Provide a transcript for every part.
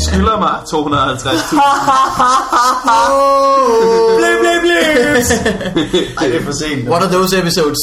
skylder mig 250.000. Ej, det er for sent. What are those episodes?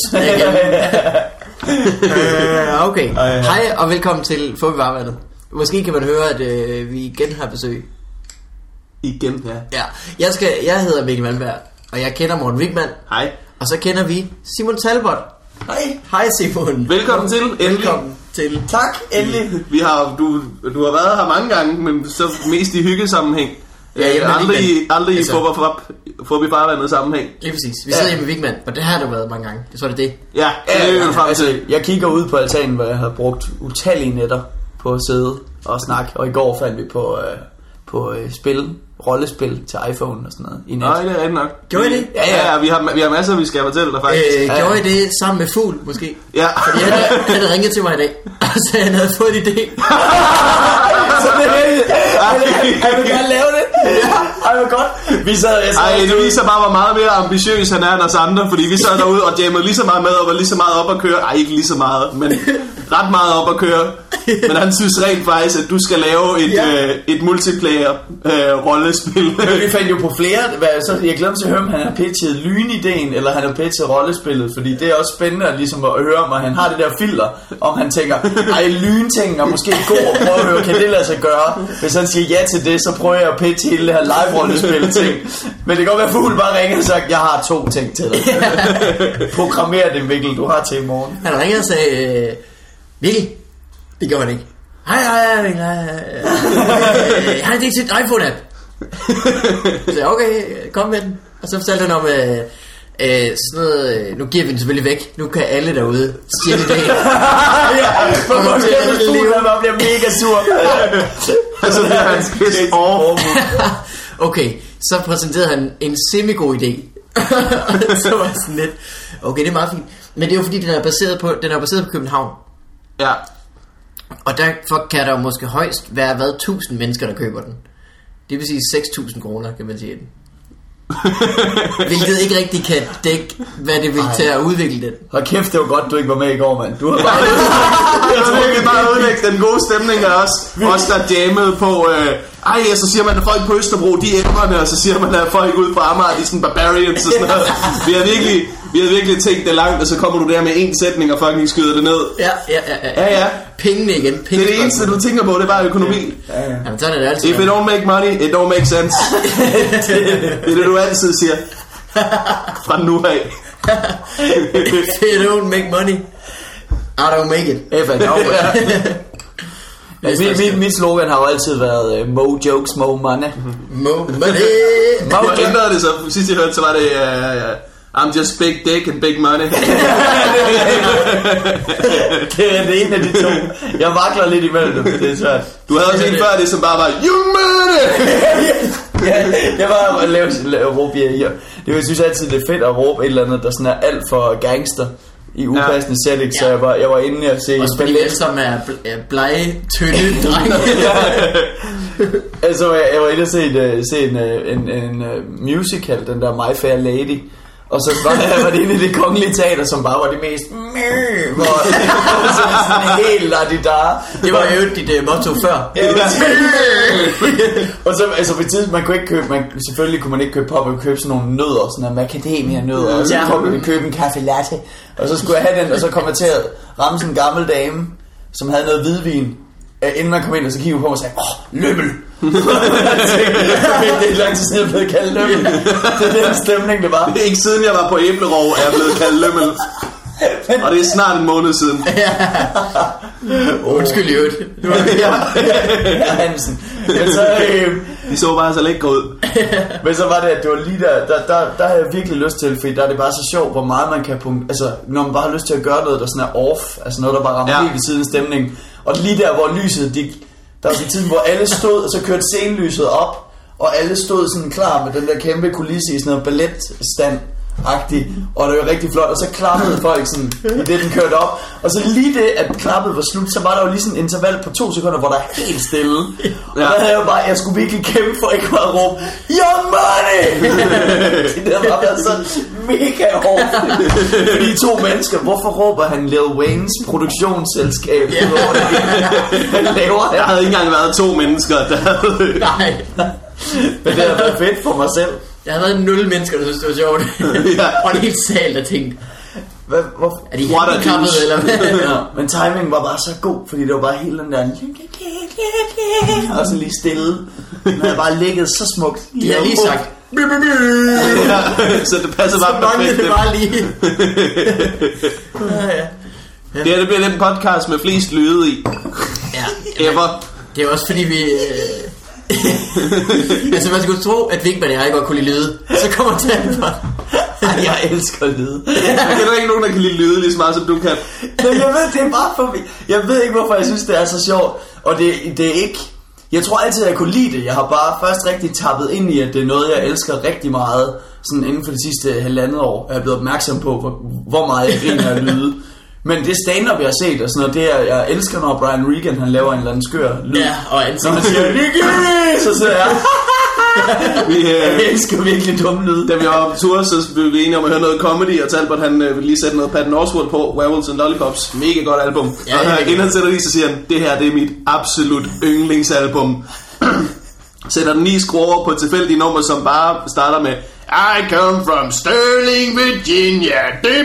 Okay. Hej og velkommen til Fubi Varvandet. Måske kan man høre, at vi igen har besøg. Igen, ja. Ja. Jeg hedder Mikkel Malmberg, og jeg kender Morten Wigman. Hej. Og så kender vi Simon Talbot. Hej Simon. Velkommen til. Velkommen til. Tak, endelig. Vi har, du har været her mange gange, men så mest i hyggesammenhæng. Aldrig i Fubi Varvandet sammenhæng. Lige præcis. Vi sidder hjemme med Wigman, og det har du været mange gange. Jeg tror, det er det. Ja, Altså, jeg kigger ud på altanen, hvor jeg har brugt utallige nætter på at sidde og snakke. Og i går fandt vi på rollespil til iPhone og sådan noget i net. Nej, det er rigtigt nok. Gjorde I det? Ja, vi har masser, vi skal fortælle dig faktisk. Gjorde I det sammen med Fugl, måske? Ja. Fordi han havde ringet til mig i dag, og så han havde fået en idé. Han vil gerne lave det. Ej, hvor godt. Det viser bare, hvor meget mere ambitiøs han er end os andre, fordi vi sad derude og jammede lige så meget med og var lige så meget op at køre. Ej, ikke lige så meget, men ret meget op at køre. Men han synes rent faktisk, at du skal lave et multiplayer rollespil. Men vi fandt jo på flere. Så jeg glemte til at høre, om han har pitchet lynideen, eller han har pitchet rollespillet, fordi det er også spændende ligesom at høre, om han har det der filter, om han tænker, ej, lynting er måske god at prøve at høre, kan det lade sig gøre? Hvis han siger ja til det, så prøver jeg at pitche hele det her live-rollespil ting. Men det kan godt være, at Fugl bare ringer og sagt, jeg har 2 ting til dig. Programmer det, Mikkel, du har til i morgen. Han ringede og sagde, Mikkel, det gør han ikke. Hej, Mikkel, jeg har en idé til et iPhone-app. Så jeg, okay, kom med den. Og så fortalte han om sådan noget, nu giver vi den selvfølgelig væk. Nu kan alle derude stjæle det. For måske er det Fugl, han bare bliver mega sur. Og så bliver han pissed off. Okay, så præsenterede han en semi-god idé. Og så var sådan lidt, okay, det er meget fint. Men det er jo fordi, den er baseret på København. Ja. Og derfor kan der jo måske højst være 1000 mennesker, der køber den. Det vil sige 6.000 kroner, kan man sige den. Hvilket ikke rigtig kan dække, hvad det vil til at udvikle den. Hold kæft, det var godt, du ikke var med i går, mand. Du har bare... Jeg tror virkelig bare udlægge den gode stemning af os der jammede på... så siger man, at folk på Østerbro, de er emmerne, og så siger man, at folk ude på Amager, de er sådan barbarians og sådan noget. Vi har virkelig tænkt det langt, og så kommer du der med en sætning og fucking skyder det ned. Ja. Pengene igen. Det er det eneste, du tænker på, det er bare økonomi. Jamen, sådan er det altid. If it don't make money, it don't make sense. Det er det, du altid siger. Fra nu af. If it don't make money, I don't make it. Mit slogan har jo altid været Mo jokes, mo money. Mo money. Jeg ændrede det så. Sidst jeg hørte, så var det I'm just big dick and big money. Det er det ene af de to. Jeg vakler lidt imellem dem. Det er svært. Du havde også en før det, som bare var you money. Jeg var at lave råb i. Jeg synes altid det er fedt at råbe et eller andet der sådan er alt for gangster i upassende setting, så jeg var inde og se også fordi som er blege, tynde drenge. Altså jeg var inde og se en musical, den der My Fair Lady. Og så var det inde i det kongelige teater, som bare var det mest hvor sådan helt ladidar. Det var jo dit motto før. Og så altså på tid man kunne ikke købe, selvfølgelig kunne man ikke købe pop, man kunne købe sådan nogle nødder, sådan nogle macadamia nødder, og så kunne man købe en kaffe latte. Og så skulle jeg have den, og så kom jeg til at ramme sådan en gammel dame, som havde noget hvidvin. Inden man kom ind, og så kiggede på mig og sagde, lømmel. Det er lang tid siden, jeg er blevet kaldt lømmel. Det er den stemning, det var. Det er ikke siden, jeg var på Æblerov, er jeg blevet kaldt lømmel. Og det er snart en måned siden. Undskyld i øvrigt. Hansen. De så bare så lækker ud. Men så var det, at det var lige der havde jeg virkelig lyst til, fordi der er det bare så sjovt, hvor meget man kan altså når man bare har lyst til at gøre noget, der sådan er off, altså noget, der bare rammer helt ved siden af stemningen. Og lige der, hvor lyset, der var sådan en tid, hvor alle stod, og så kørte scenelyset op, og alle stod sådan klar med den der kæmpe kulisse i sådan noget balletstand. agtig, og det var rigtig flot, og så klappede folk sådan, i det den kørte op, og så lige det, at klappet var slut, så var der jo lige sådan en interval på 2 sekunder, hvor der er helt stille, og der havde jeg jo bare, jeg skulle virkelig kæmpe for ikke bare at råbe, Young Money! Det der var bare så mega hårdt. De 2 mennesker, hvorfor råber han Lil Waynes produktionsselskab? Han laver jeg havde ikke engang været 2 mennesker, der havde... Nej. Men det har været fedt for mig selv. Jeg har været 0 mennesker, der synes det var sjovt. Og en helt sal, der tænkte, Hvorfor? er de handicappede eller hvad? Ja, men timingen var bare så god, fordi det var bare helt den der og så lige stille. Den havde bare ligget så smukt. De har lige sagt så det passer bare perfekt. det bare lige. Det her det bliver den podcast med flest lyde i. Ja. Ever. Det er også fordi vi altså man skulle tro at Vigman og jeg godt kunne lide lyde. Så kommer det på. Jeg elsker lyde. Jeg kender ikke nogen der kan lide lyde lige så meget som du kan. Men jeg ved det er bare for jeg ved ikke hvorfor jeg synes det er så sjovt. Og det er ikke. Jeg tror altid jeg kunne lide det. Jeg har bare først rigtig tappet ind i at det er noget jeg elsker rigtig meget. Sådan inden for det sidste 1,5 år er jeg blevet opmærksom på hvor meget jeg griner af lyde. Men det stand-up jeg har set og sådan noget, det er, jeg elsker når Brian Regan han laver en eller anden skør lyd. Ja, og når han siger så sidder jeg. Jeg elsker virkelig dumme lyd. Da vi var på tur, så blev vi enige om at høre noget comedy, og Talbot han ville lige sætte noget Patton Oswalt på, Werewolves and Lollipops. Mega godt album. Ja, og inden han sætter lige, så siger han, det her det er mit absolut yndlingsalbum. Sætter den 9 skruer på et tilfældigt nummer, som bare starter med I come from Sterling, Virginia.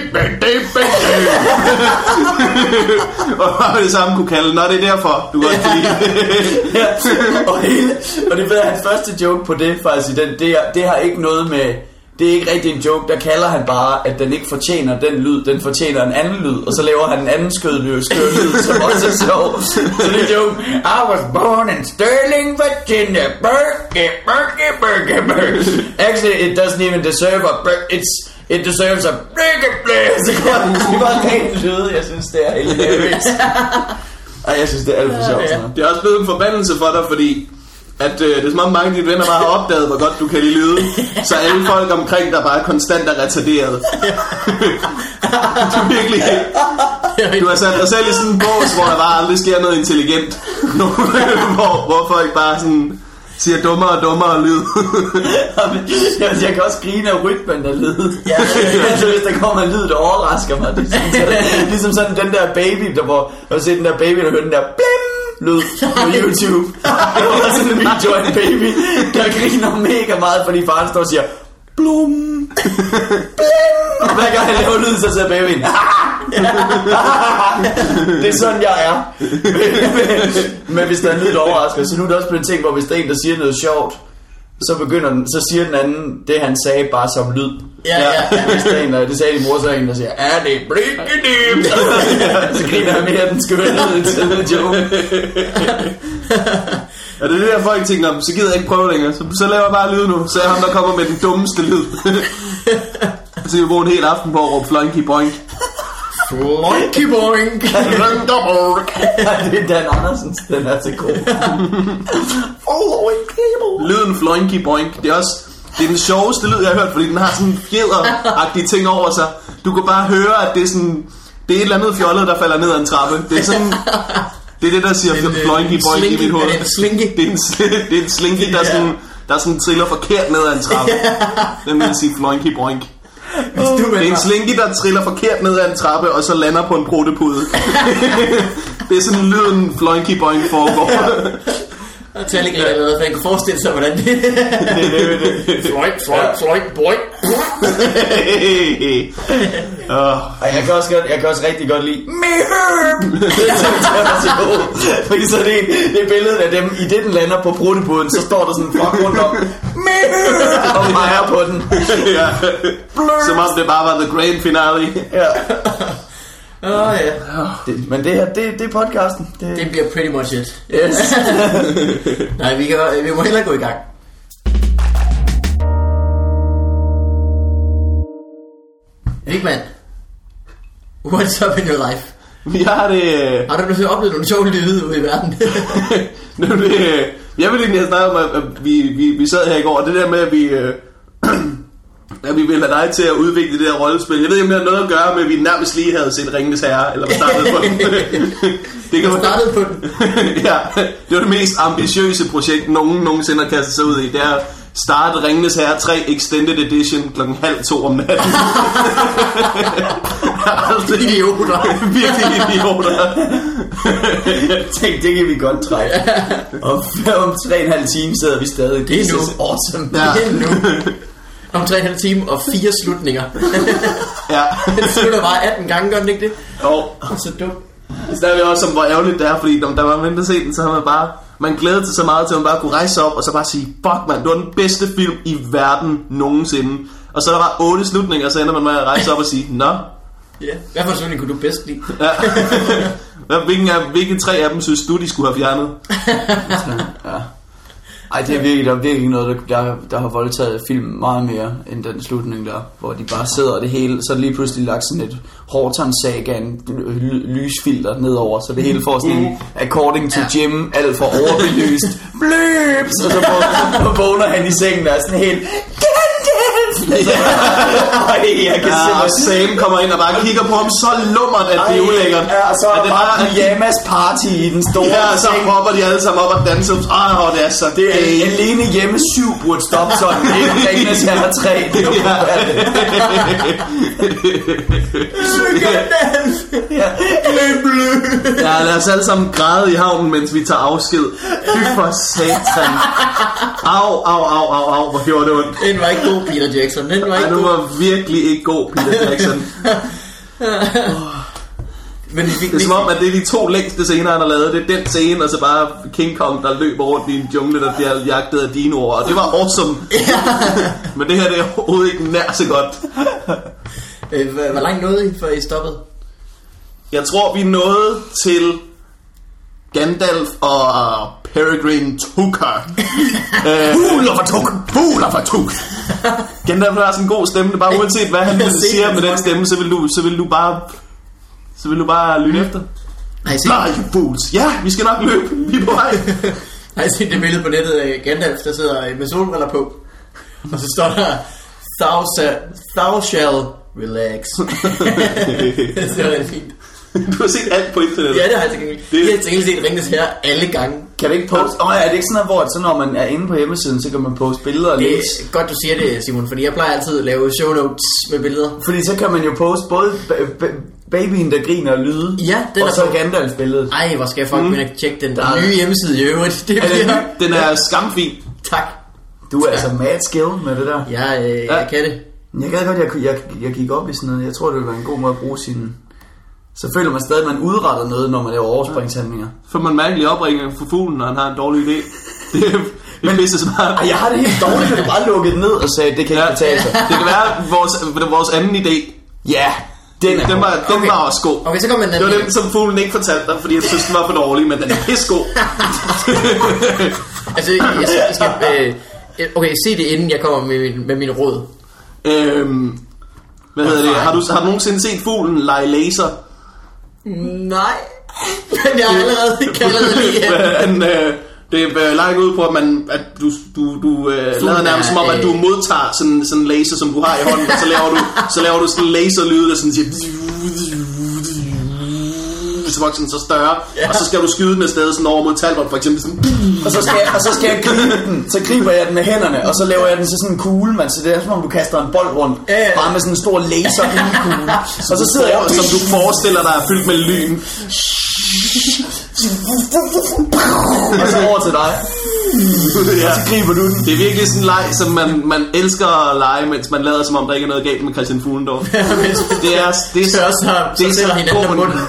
Og bare det samme kunne kalde. Nå, det er derfor du godt kan lide. Ja, og det ved hans første joke på det faktisk i den. Det har ikke noget med. Det er ikke rigtig en joke. Der kalder han bare at den ikke fortjener den lyd. Den fortjener en anden lyd. Og så laver han en anden skør lyd, som også er sjov. Så det er joke. I was born in Sterling, Virginia. Berkeley. Actually it doesn't even deserve it deserves a så det er bare rent lyd. Jeg synes det er hilarious. Ej, jeg synes det er alt for sjovt. Det er også blevet en forbandelse for dig, fordi at det er som om mange af dine venner bare har opdaget, hvor godt du kan lide lyde. Så alle folk omkring dig bare konstant er retarderet. Du virkelig. Du har sat dig selv i sådan en bås, hvor der bare aldrig sker noget intelligent. hvor folk bare sådan siger dummere og dummere lyd. Jeg kan også grine af rytmen af lyd. Altså hvis der kommer en lyd, der overrasker mig. Ligesom sådan den der baby, der hvor jeg ser den der baby, der hører den der blim lyd på YouTube. Det var sådan en video af en baby, der griner mega meget, fordi faren står og siger blum, blim. Og hver gang han laver lyd, så siger babyen det er sådan jeg er. Men hvis der er en lyd, der overrasker, så nu er det også blevet en ting, hvor hvis der er en, der siger noget sjovt, så siger den anden det han sagde bare som lyd. Ja. Hvis der er en, det sagde din mor, så er en der siger er det blikkedim. Så griner han mere den skøre lyd til joke. Og det er det der folk tænker, så gider jeg ikke prøve længere. Så laver jeg bare lyd nu. Så er ham der kommer med den dummeste lyd. Så vi bruger en hel aften på at råbe flunky boink. Flunky boink. Det er Dan Andersen. Den er så god. Lyden flunky boink. Det er også den sjoveste lyd jeg har hørt, fordi den har sådan fjederagtige ting over sig. Du kan bare høre at det er sådan. Det er et eller andet fjollet der falder ned ad en trappe. Det er sådan. Det er det der siger flunky boink i mit hoved. Det er en slinky. Det er en slinky der sådan triller forkert ned ad en trappe. Den vil sige flunky boink. Det er en slinky der triller forkert ned ad en trappe og så lander på en prottepude. Det er sådan lyden flunky boink foregår. Og Tallik er allerede, for jeg kan forestille sig hvordan det fløjt boink. Og jeg kan også rigtig godt lide fordi så det er billedet af dem i det den lander på bruttepuden, så står der sådan en fuck rundt om og mejer på den. Ja. Som om det bare var the grand finale. Ja. Men det her det er podcasten. Det bliver pretty much it. Yes. Nej, vi må hellere gå i gang. Vigman, what's up in your life? Vi har det. Har du oplevet nogle sjove lyde ude i verden? Jeg vil egentlig have snakket om at vi sad her i går. Og det der med at Ja, vi ville have dig til at udvikle det her rollespil. Jeg ved ikke, om det har noget at gøre med, at vi nærmest lige havde set Ringenes Herre, eller startede på den. Det kan startede på den. Ja, det var det mest ambitiøse projekt, nogen nogensinde har kastet sig ud i. Det er starte Ringenes Herre 3 Extended Edition 1:30 om natten. Idioter. Virkelig idioter. Tænk, det kan vi godt trække. Og om 3,5 timer sidder vi stadig. Det er nu. Awesome. Ja. Det er nu. Om 3,5 timer og 4 slutninger. Ja. Det slutter bare 18 gange, gør den ikke det? Og så dumt. Så der er vi også om, hvor ærgerligt det er, fordi da man venter se den, så har man bare... Man glæder sig så meget til, at man bare kunne rejse sig op og så bare sige, fuck man, det var den bedste film i verden nogensinde. Og så er der bare 8 slutninger, så ender man med at rejse op og sige, nå. Ja, hvad for slutning kunne du bedst lide? Ja. Hvilke 3 af dem synes du, de skulle have fjernet? Ja. Ej, det er virkelig, der er virkelig noget, der har voldtaget film meget mere end den slutning der, hvor de bare sidder og det hele, så er det lige pludselig lagt sådan et Horton-sagan lysfilter nedover, så det hele får sådan en according to Jim, alt for overbelyst bløbs, og så vågner han i sengen og er sådan helt jeg kan se, og Sam kommer ind og bare kigger på ham så lummert, at det er ulækkert. Ja, og så er det bare pyjamas party i den store så hopper de alle sammen op og danser. Det er så det er alene hjemme 7 burde stoppe sådan. Det er Ringenes Herre 3. Det er jo ja, lad os alle sammen græde i havnen, mens vi tager afsked. Fy for satan. Au, hvor gjorde det ondt. Den var ikke god, Peter Jackson. Den var virkelig ikke god, Peter Jackson. Men det er som om, at det er de 2 længste scener, han har lavet. Det er den scene, og så bare King Kong, der løber rundt i en jungle, der bliver jagtet af dinoer. Og det var awesome. Men det her, det er overhovedet ikke nær så godt. Hvor langt nåede I, før I stoppede? Jeg tror, vi nåede til Gandalf og Peregrine Tookar. Huler for Took. Gandalf har sådan en god stemme. Det er bare uanset hvad han siger med den stemme, så vil du bare lytte efter. Nej, you fools. Ja, vi skal nok løbe. Vi er på vej. Har I set det billede på nettet af Gandalf, der sidder med solbriller på? Og så står der Thou shall relax. Det er rigtig fint. Du har set alt på internettet. Ja, det har jeg til gengæld. Jeg har til gengæld set Ringenes Herre alle gange. Kan vi ikke poste? Er det ikke sådan noget, hvor så når man er inde på hjemmesiden, så kan man poste billeder og links? Det er godt, du siger det, Simon, fordi jeg plejer altid at lave show notes med billeder. Fordi så kan man jo poste både babyen, der griner og lyde, den og så Gandalf billedet. Ej, hvor skal jeg fucking ind og tjekke den der nye hjemmeside i øvrigt. Den er skamfin. Tak. Du er altså mad skill med det der. Jeg kan det. Jeg gad godt, jeg gik op i sådan noget. Jeg tror, det ville være en god måde at bruge sin... Så føler man stadig, at man udretter noget, når man laver overspringshandlinger. For man mærkelig opringer for fuglen, når han har en dårlig idé. Men hvis det smart. Jeg har det helt dårligt, at du bare lukkede ned og sagde, det kan ikke betale sig. Det kan være vores anden idé. Ja, den var også god. Okay, så kommer den anden. Det var den, som fuglen ikke fortalte dig, fordi jeg synes, den var for dårlig, men den er pissegod. Altså, jeg skal... Okay, se det inden jeg kommer med min råd. Hvad hedder det? Har du nogensinde set fuglen lege laser? Nej. Men jeg har allerede lide. Det er langt ud på, at du lader nærmest som om, at du modtager sådan en laser, som du har i hånden, og så laver du sådan en laserlyd, der sådan siger... Så vokser den så større, og så skal du skyde den afsted sådan over mod Talbot for eksempel sådan. Og så skal jeg gribe den. Så griber jeg den med hænderne, og så laver jeg den til sådan en kugle, man. Så det er som om du kaster en bold rundt, bare med sådan en stor laser i kugle. Og så sidder jeg, som du forestiller dig er fyldt med lyn. Og så over til dig. Og så griber du den. Det er virkelig sådan en leg, som man elsker at lege, mens man lader som om der ikke er noget galt med Christian Fuglendorf. Det er så hinanden om munden.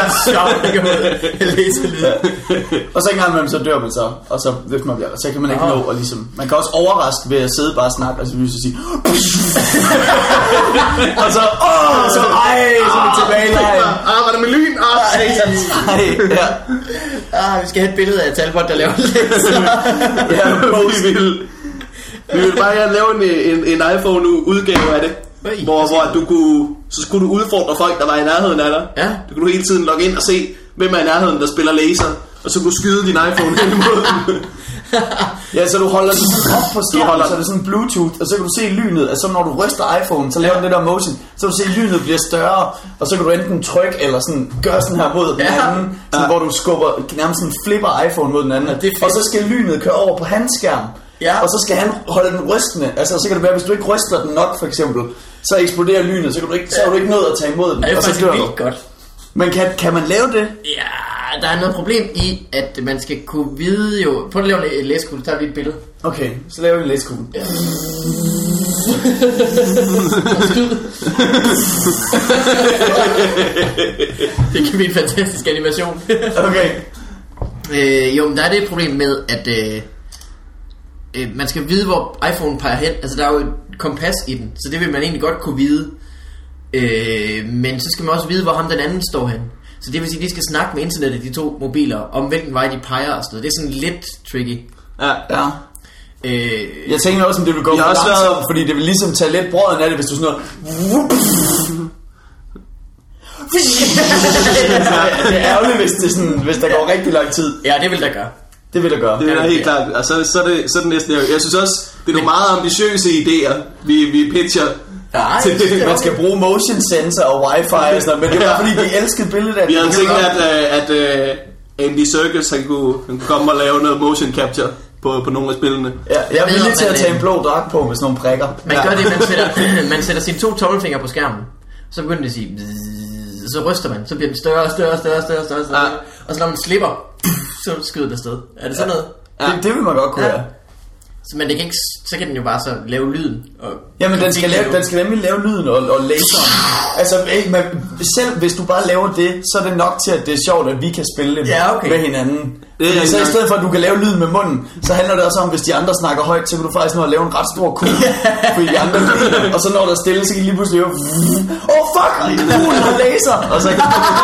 Og så engang imellem så dør man så. Og så hvis man bliver, så kan man ikke nå og ligesom. Man kan også overraske ved at sidde bare og snakke, og så vil sige og så så er vi tilbage i lejen. Var det med lyn? Vi skal have et billede af Talbot, der laver vi vil bare gerne lave en iPhone-udgave af det. Hvor så skulle du udfordre folk, der var i nærheden af dig. Ja. Du kunne hele tiden logge ind og se, hvem er i nærheden, der spiller laser. Og så kunne du skyde din iPhone hen imod dem. Ja, så du holder den op på skærmen, så er det sådan Bluetooth, og så kan du se lynet, altså når du ryster iPhone, så laver den det der motion, så kan du se, at lynet bliver større, og så kan du enten trykke, eller sådan gøre sådan her mod den anden, sådan, hvor du skubber, nærmest sådan flipper iPhone mod den anden, og så skal lynet køre over på hans skærm. Ja. Og så skal han holde den rystende. Altså så kan det være, hvis du ikke ryster den nok for eksempel, så eksploderer lynet, så kan du ikke, så er du ikke nået at tage imod den. Det er og så faktisk vildt godt. Men kan man lave det? Ja, der er noget problem i, at man skal kunne vide jo. Prøv at lave en læsekugle, tager vi et billede. Okay, så laver vi en læsekugle. Ja. Det kan blive en fantastisk animation. Okay. Jo, men der er det et problem med, at man skal vide, hvor iPhone peger hen. Altså, der er jo et kompas i den, så det vil man egentlig godt kunne vide. Men så skal man også vide, hvor ham den anden står hen. Så det vil sige, at de skal snakke med internettet, de to mobiler, om hvilken vej de peger og sådan noget. Det er sådan lidt tricky. Ja. Jeg tænker også, om det vil gå for langsomt, fordi det vil ligesom tage lidt brøden af det, hvis du sådan noget... Det er ærgerligt, hvis der går rigtig lang tid. Ja, det vil der gøre. Det vil der gøre. Det vil helt klart. Og så er det næsten... Jeg synes også, det er nogle meget ambitiøse idéer, vi pitcher. Nej, man skal bruge motion sensor og wifi og sådan noget, men det var fordi de elskede billedet af det. Vi havde tænkt, at Andy Serkis han kunne komme og lave noget motion capture på nogle af spillene. Ja, jeg er villig til at tage en blå dragt på med sådan nogle prikker. Man gør det, man sætter sine 2 tommelfingre på skærmen, så begynder det at sige, så ryster man, så bliver den større. Og så når man slipper, så skyder det afsted. Er det sådan noget? Ja. Det vil man godt kunne gøre. Men det kan ikke, så kan den jo bare så lave lyden. Jamen den skal nemlig lave lyden og laseren. Altså selv hvis du bare laver det, så er det nok til at det er sjovt at vi kan spille det med hinanden. Så i stedet for at du kan lave lyden med munden, så handler det også om, hvis de andre snakker højt, så kan du faktisk nå at lave en ret stor kugle for de andre griner, og så når der er stille, så kan de lige pludselig lave fuck, kuglen har laser. Og så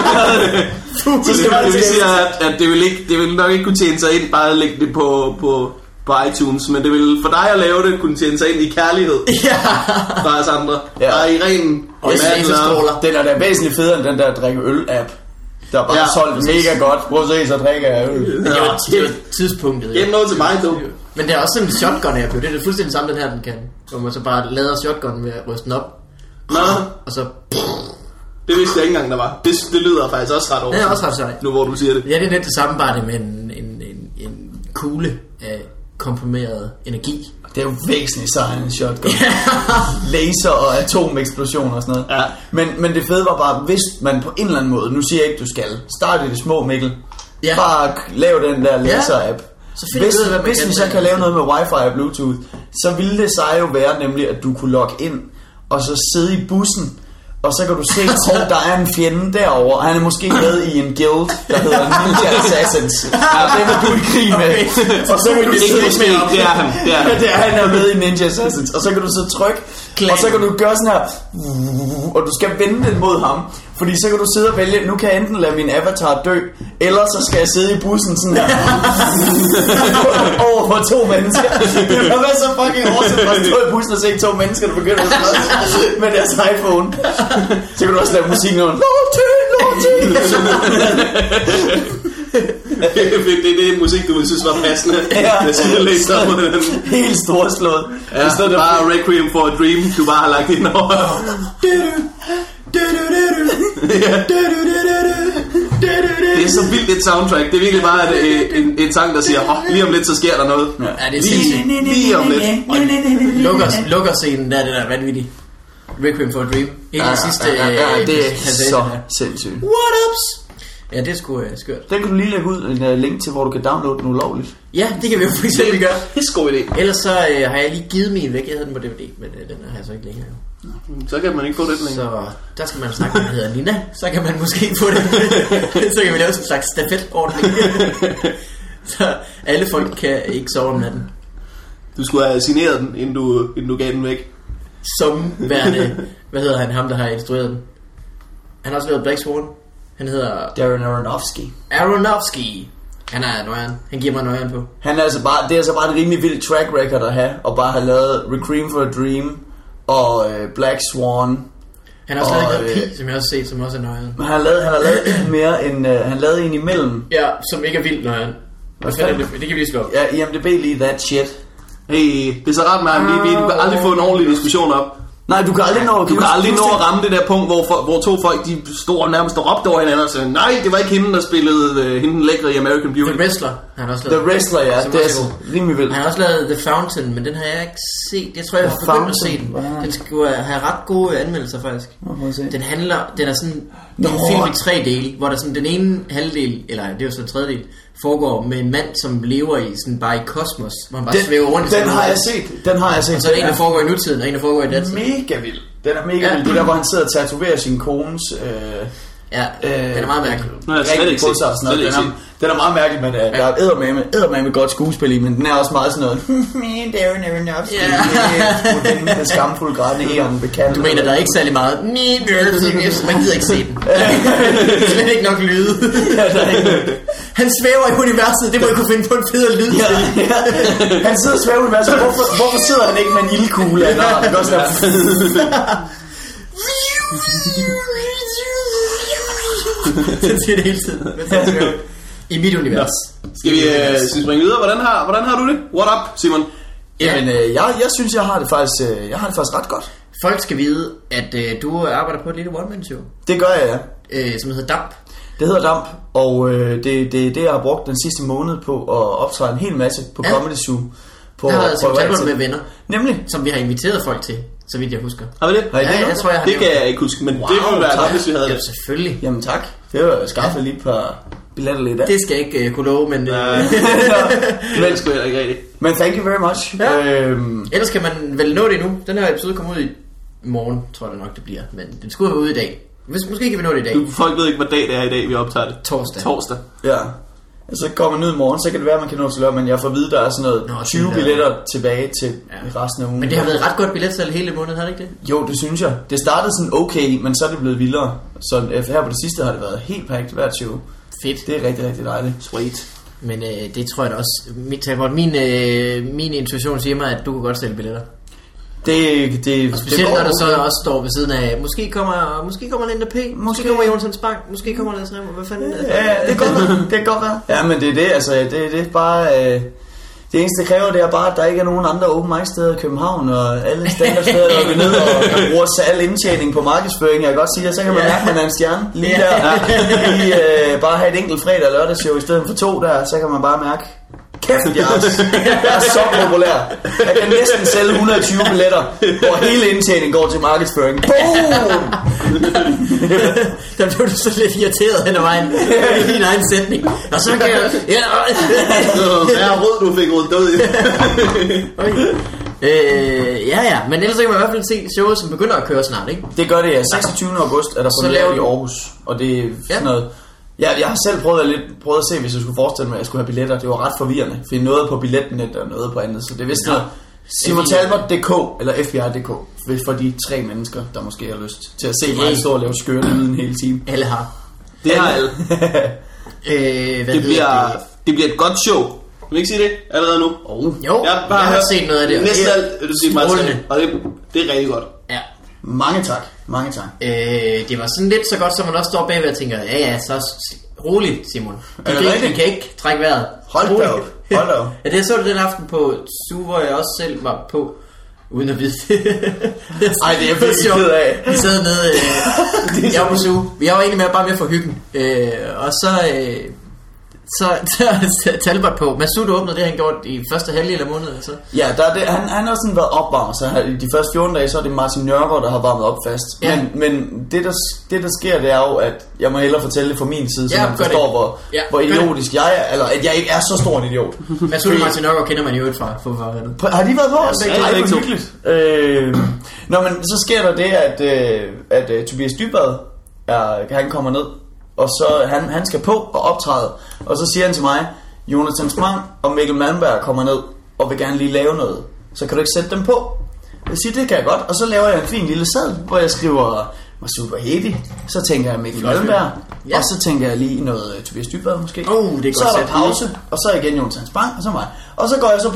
så det vil sige at det vil nok ikke kunne tjene sig ind bare at lægge det på iTunes, men det vil for dig at lave det kunne tjene sig ind i kærlighed fra os andre. Bare i ren laserstråler. Den er da væsentligt federe end den der drikke øl-app. Der er bare solgt mega godt. Prøv at se, så drikker jeg øl. Men det var tidspunktet. Det er noget til mig, du. Men det er også sådan en shotgun-app. Det er det fuldstændig samme, den her den kan. Hvor man så bare lader shotgun med at ryste den op. Nå. Og så... Det vidste jeg ikke engang, der var. Det lyder faktisk også ret over. Det er også ret sejt. Nu hvor du siger det. Ja, det er lidt det samme, bare det med en kugle af komprimeret energi. Det er jo væsentligt sejt en shotgun. Laser og atomeksplosioner og sådan noget. Ja. Men det fede var bare, hvis man på en eller anden måde, nu siger jeg ikke du skal, start i det små, Mikkel. Ja. Bare lav den der laser-app. Hvis vi så kan lave noget med wifi og bluetooth, så ville det sig jo være nemlig, at du kunne logge ind og så sidde i bussen. Og så kan du se, at der er en fjende derovre, og han er måske med i en guild, der hedder Ninja Assassins. Og det vil du i krig med. Og så kan du sidde det er han. Det er han er med i Ninja Assassins. Og så kan du så trykke, og så kan du gøre sådan her, og du skal vende den mod ham. Fordi så kan du sidde og vælge, nu kan jeg enten lade min avatar dø, eller så skal jeg sidde i bussen sådan her, over for 2 mennesker. Det vil være så fucking awesome at stå i bussen og se 2 mennesker, der begynder at slås med deres iPhone. Så kan du også lave musik nu. Det er det musik, du synes var passende. Helt storslået. Bare Requiem for a Dream, du bare har lagt ind over. Det er så vildt et soundtrack. Det er virkelig bare en sang, der siger lige om lidt, så sker der noget. Ja, det er sindssygt. Lige om lidt. Lukkerscenen, der er det der vanvittigt. Requiem for a Dream. Helt sidste. Det er så sindssygt. What ups? Ja, det er sgu skørt. Den kan du lige lægge ud en link til, hvor du kan downloade den ulovligt. Ja, det kan vi jo for eksempel gøre. Det er sgu idé. Ellers så har jeg lige givet min væk. Jeg havde den på DVD, men den har jeg så ikke længere. Så kan man ikke få det længere. Så der skal man snakke med, der hedder Nina. Så kan man måske få det. Så kan vi lave sådan en slags stafetordning. Så alle folk kan ikke sove om natten. Du skulle have signeret den, inden du gav den væk. Som værende, hvad hedder han, ham der har instrueret den? Han har også lavet Black Swan. Han hedder Darren Aronofsky. Han er nøjeren. Han giver mig nøjeren på. Han er altså bare, det er altså bare et rimelig vildt track record at have, og bare have lavet Requiem for a Dream og Black Swan. Han har også lavet Pi, som jeg også har set, som også er nøjeren. Han har lavet mere end han lavede en imellem. Ja, som ikke er vildt nøjeren. Det kan vi lige slå op. Ja, IMDb lige that shit. Hey, det er så ret med du kan aldrig få en ordentlig diskussion op. Nej, du kan aldrig nå at ramme det der punkt, hvor to folk, de stod nærmest og råbte over hinanden og sagde, nej, det var ikke hende, der spillede hende den lækre i American Beauty. The Wrestler. Han har også lavet. The Wrestler, ja. Det er rimelig vildt. Han har også lavet The Fountain, men den har jeg ikke set. Jeg tror, jeg har begyndt at se den. Den skal have ret gode anmeldelser, faktisk. Den er sådan en film i 3 dele, hvor der sådan den ene halvdel, eller det er jo så en tredjedel, foregår med en mand, som lever i sådan bare i kosmos, hvor han bare svæver rundt. Den har jeg set. Og så er en, der foregår i nutiden, og en, der foregår i datiden. Mega vild. Den er mega vild. Det der, hvor han sidder og tatoverer sin kones... Ja, den er meget mærkelig. Den er meget mærkelig, men der er eddermame godt skuespil i, men den er også meget sådan noget. There never enough. Den er skamfuld grædende æren bekendt. Du mener, der er ikke særlig meget. Man gider ikke se den. Slet ikke nok lyde. Han svæver i universet. Det må jeg kunne finde på en federe lyd. Han sidder og svæver i universet. Hvorfor sidder han ikke med en ildkugle? Det kan også være den siger det hele tiden. I mit univers. Skal vi springe videre? Hvordan har du det? What up, Simon? Jamen, jeg synes, jeg har det faktisk ret godt. Folk skal vide, at du arbejder på et lille one-man-show. Det gør jeg, ja. Som hedder Damp. Det hedder Damp, og det jeg har brugt den sidste måned på at optræde en hel masse på Comedy Zoo. Der har jeg altså med venner. Nemlig. Som vi har inviteret folk til, så vidt jeg husker. Har vi det? Ja, jeg tror, jeg har det kan jeg ikke huske, men wow, det ville være godt, hvis vi havde det. Selvfølgelig. Jamen tak. Det var skaffe lige et par billetter lidt af. Det skal jeg ikke kunne love, men... Men sgu heller ikke rigtigt. Men thank you very much. Ja. Ellers kan man vel nå det nu. Den her episode kommer ud i morgen, tror jeg nok det bliver. Men den skulle være ude i dag. Måske kan vi nå det i dag. Folk ved ikke, hvad dag det er i dag, vi optager det. Torsdag. Ja. Så kommer den ud i morgen, så kan det være, man kan nå til lørdag, men jeg får at vide, der er sådan noget 20 billetter tilbage til resten af ugen. Men det har været ret godt billetsalg hele måneden, har det ikke det? Jo, det synes jeg. Det startede sådan okay, men så er det blevet vildere. Så her på det sidste har det været helt perfekt hvert show. Fedt. Det er rigtig, rigtig dejligt. Sweet. Men det tror jeg da også. Min intuition siger mig, at du kan godt sælge billetter. Det specielt når der så også står ved siden af, måske kommer Linda P, måske kommer Jonas Bang, måske kommer Lars Remmer, hvad fanden ja, det kan godt være. Ja, men det er det, altså, det er bare, det eneste det kræver, det er bare, at der ikke er nogen andre open mic steder i København, og alle standardsteder, der går ned og bruger al indtjening på markedsføring, jeg kan godt sige, at så kan man mærke, at man er en stjerne, lige der, lige bare have et enkelt fredag- og lørdagsshow i stedet for 2 der, så kan man bare mærke, kæft, jeg er så populær. Jeg kan næsten sælge 120 billetter, hvor hele indtjeningen går til markedsføring. Boom! Der blev du så lidt irriteret hen ad vejen i din egen sætning. Og så kan jeg... Ja, rød, du fik rød død i. Ja, men ellers kan man i hvert fald se showet, som begynder at køre snart, ikke? Det gør det, ja. 26. august er der premiere i Aarhus. Og det er sådan noget... Ja, jeg har selv prøvet at se, hvis jeg skulle forestille mig, at jeg skulle have billetter. Det var ret forvirrende, for noget på billetnet og noget på andet. Så det er vist noget SimonTalbot.dk eller FBI.dk for de 3 mennesker, der måske har lyst til at se mig stå og lave skøre lyde en hel time. Alle har. Det har alle. Det bliver et godt show. Kan vi ikke sige det allerede nu? Jo, jeg har set noget af det. Næsten alt, du siger mig til, og det er rigtig godt. Ja. Mange tak. Det var sådan lidt så godt, som man også står bagved og tænker, ja, så roligt, Simon. Du kan ikke trække vejret. Hold da op. Ja, det så du den aften på Zoo, hvor jeg også selv var på, uden at vide det. Ej, det er virkelig ked af. Vi sad nede, jeg var på Zoo. Jeg var egentlig bare med for hyggen. Og så Talbot på. Masud åbnede det, han gjort i første halvdel af måneden. Så. Ja, der er det, han har sådan været opvarmet. Så i de første 14 dage, så er det Martin Nørgaard, der har varmet op fast. Ja. Men det der sker, det er jo, at jeg må hellere fortælle det fra min side, så man forstår, hvor idiotisk jeg er. Eller at jeg ikke er så stor en idiot. Masud og Martin Nørgaard kender man jo ikke fra. Har de været på os? Ja, det er ikke hyggeligt. Nå, men så sker der det, at Tobias Dybvad, han kommer ned. Og så han skal på og optræde. Og så siger han til mig, Jonathan Spang og Mikkel Malmberg kommer ned og vil gerne lige lave noget. Så kan du ikke sætte dem på? Jeg siger, det kan jeg godt. Og så laver jeg en fin lille seddel, hvor jeg skriver Masud Vahedi. Så tænker jeg Mikkel Malmberg. Ja. Og så tænker jeg lige noget Tobias Dybvad måske. Det er så er der pause, og så igen Jonathan Spang og så mig. Og så går jeg så på.